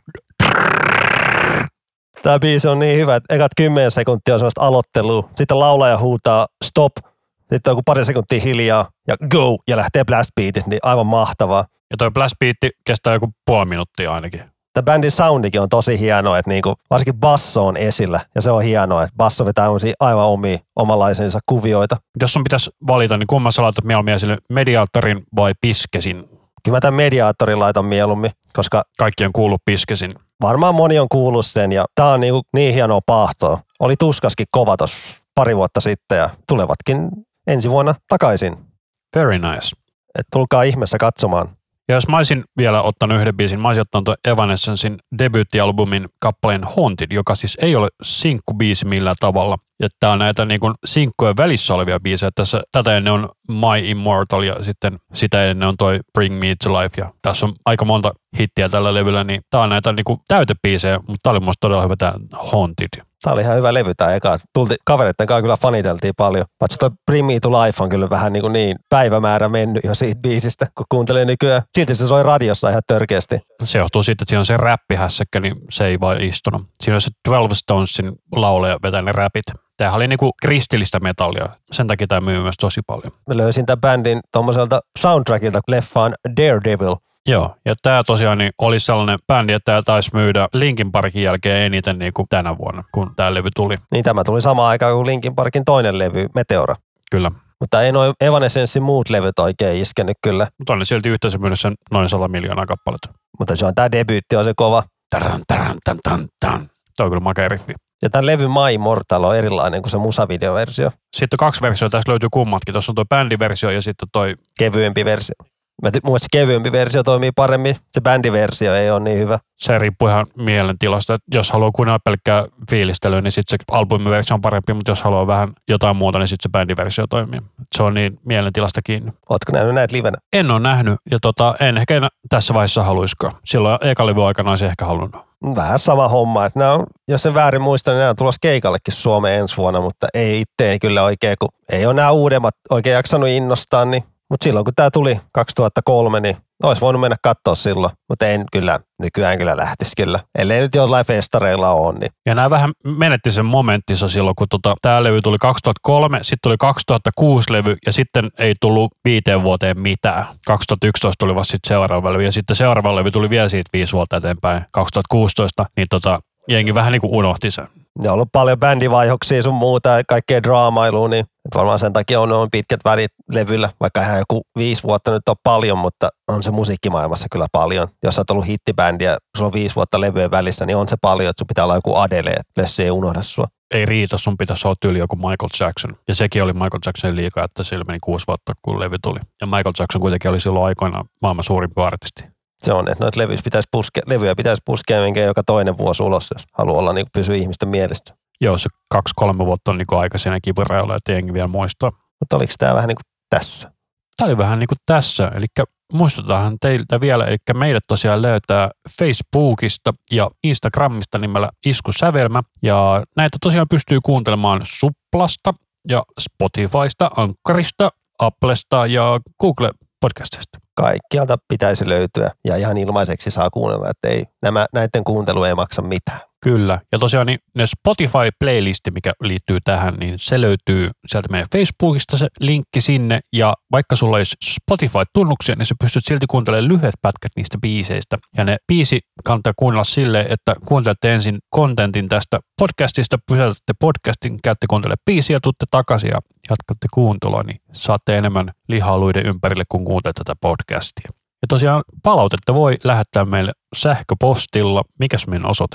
S3: Tämä biisi on niin hyvä, että ekat kymmenen sekuntia on sellaista aloittelua. Sitten laulaja huutaa stop. Sitten on joku pari sekuntia hiljaa ja go ja lähtee blast beatit, niin aivan mahtavaa.
S2: Ja toi blast beatti kestää joku puoli minuuttia ainakin.
S3: Tämä bändin soundikin on tosi hienoa, että niinku, varsinkin basso on esillä ja se on hienoa, että basso vetää aivan omia omanlaisensa kuvioita.
S2: Jos sun pitäisi valita, niin kumman sä laitat mieluummin esille, Mediatorin vai Piskesin?
S3: Kyllä mä tämän Mediatorin laitan mieluummin, koska
S2: kaikki on kuullut Piskesin.
S3: Varmaan moni on kuullut sen ja tää on niinku niin hienoa paahtoa. Oli tuskaskin kova tossa pari vuotta sitten ja tulevatkin ensi vuonna takaisin.
S2: Very nice.
S3: Et tulkaa ihmeessä katsomaan.
S2: Ja jos mä olisin vielä ottanut yhden biisin, mä olisin ottanut tuon Evanescencein debyyttialbumin kappaleen Haunted, joka siis ei ole sinkkubiisi millään tavalla. Ja tää on näitä niin kuin sinkkujen välissä olevia biisejä. Tässä, tätä ennen on My Immortal ja sitten sitä ennen on toi Bring Me to Life. Ja tässä on aika monta hittiä tällä levyllä, niin tää on näitä niin kuin täytebiisejä, mutta tää oli mun todella hyvä tää Haunted.
S3: Tää oli ihan hyvä levy tää eka. Tulti, kavereitten kanssa kyllä faniteltiin paljon. Paitsi toi Bring Me to Life on kyllä vähän niin, kuin niin päivämäärä mennyt jo siitä biisistä, kun kuuntelee nykyään. Silti se soi radiossa ihan törkeästi.
S2: Se johtuu siitä, että siinä on se räppihässäkkä, niin se ei vaan istunut. Siinä on se Twelve Stonesin laulaja vetää ne räpit. Tämähän oli niinku kristillistä metallia. Sen takia tämä myy myös tosi paljon.
S3: Mä löysin tämän bändin tommoselta soundtrackilta leffaan Daredevil.
S2: Joo, ja tämä tosiaan niin oli sellainen bändi, että tämä taisi myydä Linkin Parkin jälkeen eniten niin kuin tänä vuonna, kun tämä levy tuli.
S3: Niin tämä tuli samaan aikaan kuin Linkin Parkin toinen levy, Meteora.
S2: Kyllä.
S3: Mutta ei noin Evanescencein muut levyt oikein iskenyt kyllä.
S2: Mutta on ne silti yhteensä myynyt sen noin sata miljoonaa kappaletta.
S3: Mutta se on tämä debyytti, on se kova.
S2: Taran, taran, tan, tan, tan. Tämä on kyllä makea riffi.
S3: Ja tämän levy My Immortal on erilainen kuin se musavideoversio.
S2: Sitten on kaksi versiota, tässä löytyy kummatkin. Tuossa on tuo bändiversio ja sitten toi
S3: kevyempi versio. Mä ty- mun kevyempi versio toimii paremmin. Se bändiversio ei ole niin hyvä.
S2: Se riippuu ihan mielentilasta. Että jos haluaa kuunnella pelkkää fiilistelyä, niin sitten se albumiversio on parempi, mutta jos haluaa vähän jotain muuta, niin sitten se bändiversio toimii. Se on niin mielentilasta kiinni.
S3: Ootko nähnyt näitä livenä?
S2: En ole nähnyt ja tota, en ehkä enää tässä vaiheessa haluisiko. Silloin eka levy aikana olisi ehkä halunnut.
S3: Vähän sama homma. Että nämä on, jos en väärin muista, niin nämä on tulossa keikallekin Suomeen ensi vuonna, mutta ei itteeni kyllä oikein, kun ei ole nämä uudemmat oikein jaksanut innostaa, niin mutta silloin kun tämä tuli kaksituhattakolme, niin olisi voinut mennä katsoa silloin, mutta en kyllä, nykyään kyllä lähtisi kyllä. Ellei nyt jollain festareilla ole. Niin.
S2: Ja nämä vähän menetti sen momenttinsa silloin, kun tota, tämä levy tuli kaksituhattakolme, sitten tuli kaksituhattakuusi levy ja sitten ei tullut viiteen vuoteen mitään. kaksituhattayksitoista tuli vasta sitten seuraava levy ja sitten seuraava levy tuli vielä siitä viisi vuotta eteenpäin, kaksituhattakuusitoista, niin tota, jengi vähän niin kuin unohti sen.
S3: Ne on ollut paljon bändivaihoksia sun muuta ja kaikkea draamailua, niin varmaan sen takia on, on pitkät välit levyllä, vaikka ihan joku viisi vuotta nyt on paljon, mutta on se musiikkimaailmassa kyllä paljon. Jos sä oot ollut hittibändi ja sulla on viisi vuotta levyjen välissä, niin on se paljon, että sun pitää olla joku Adele, että Lessi ei unohda sua.
S2: Ei riitä, sun pitäisi olla tyyli joku Michael Jackson. Ja sekin oli Michael Jacksonin liikaa, että sillä meni kuusi vuotta, kun levy tuli. Ja Michael Jackson kuitenkin oli silloin aikoinaan maailman suurimpi artisti.
S3: Se on, että noita levyjä pitäisi puskea, levyjä pitäisi puskea minkä joka toinen vuosi ulos, jos haluaa olla niin pysyä ihmisten mielestä.
S2: Joo, se kaksi, kolme vuotta on niin aika siinä kipurajalla, että jengi vielä muistaa.
S3: Mutta oliko tämä vähän niin kuin tässä?
S2: Tämä oli vähän niin kuin tässä, eli muistutaan teiltä vielä, eli meidät tosiaan löytää Facebookista ja Instagramista nimellä Iskusävelmä, ja näitä tosiaan pystyy kuuntelemaan Suplasta ja Spotifysta, Ankkarista, Applesta ja Google Podcastista.
S3: Kaikkialta pitäisi löytyä ja ihan ilmaiseksi saa kuunnella, että ei, nämä, näiden kuuntelu ei maksa mitään.
S2: Kyllä. Ja tosiaan niin ne Spotify-playlisti, mikä liittyy tähän, niin se löytyy sieltä meidän Facebookista se linkki sinne. Ja vaikka sulla olisi Spotify-tunnuksia, niin sä pystyt silti kuuntelemaan lyhyet pätkät niistä biiseistä. Ja ne biisi kannattaa kuunnella silleen, että kuuntelette ensin kontentin tästä podcastista, pysäytätte podcastin, käytte kuuntelemaan biisiä, tuutte takaisin ja jatkatte kuuntelua, niin saatte enemmän lihaluiden ympärille, kun kuuntelette tätä podcastia. Ja tosiaan palautetta voi lähettää meille sähköpostilla. Mikäs meidän osoite oli?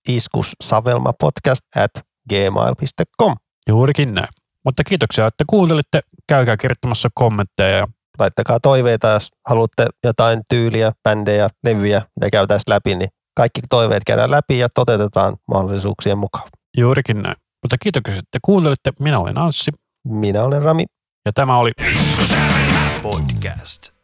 S3: iskussavelmapodcast at gmail piste com.
S2: Juurikin näin. Mutta kiitoksia, että kuuntelitte. Käykää kirjoittamassa kommentteja. Ja
S3: laittakaa toiveita, jos haluatte jotain tyyliä, bändejä, levyjä, mitä käytäisiin läpi, niin kaikki toiveet käydään läpi ja toteutetaan mahdollisuuksien mukaan.
S2: Juurikin näin. Mutta kiitoksia, että kuuntelitte. Minä olen Anssi.
S3: Minä olen Rami.
S2: Ja tämä oli
S1: Podcast.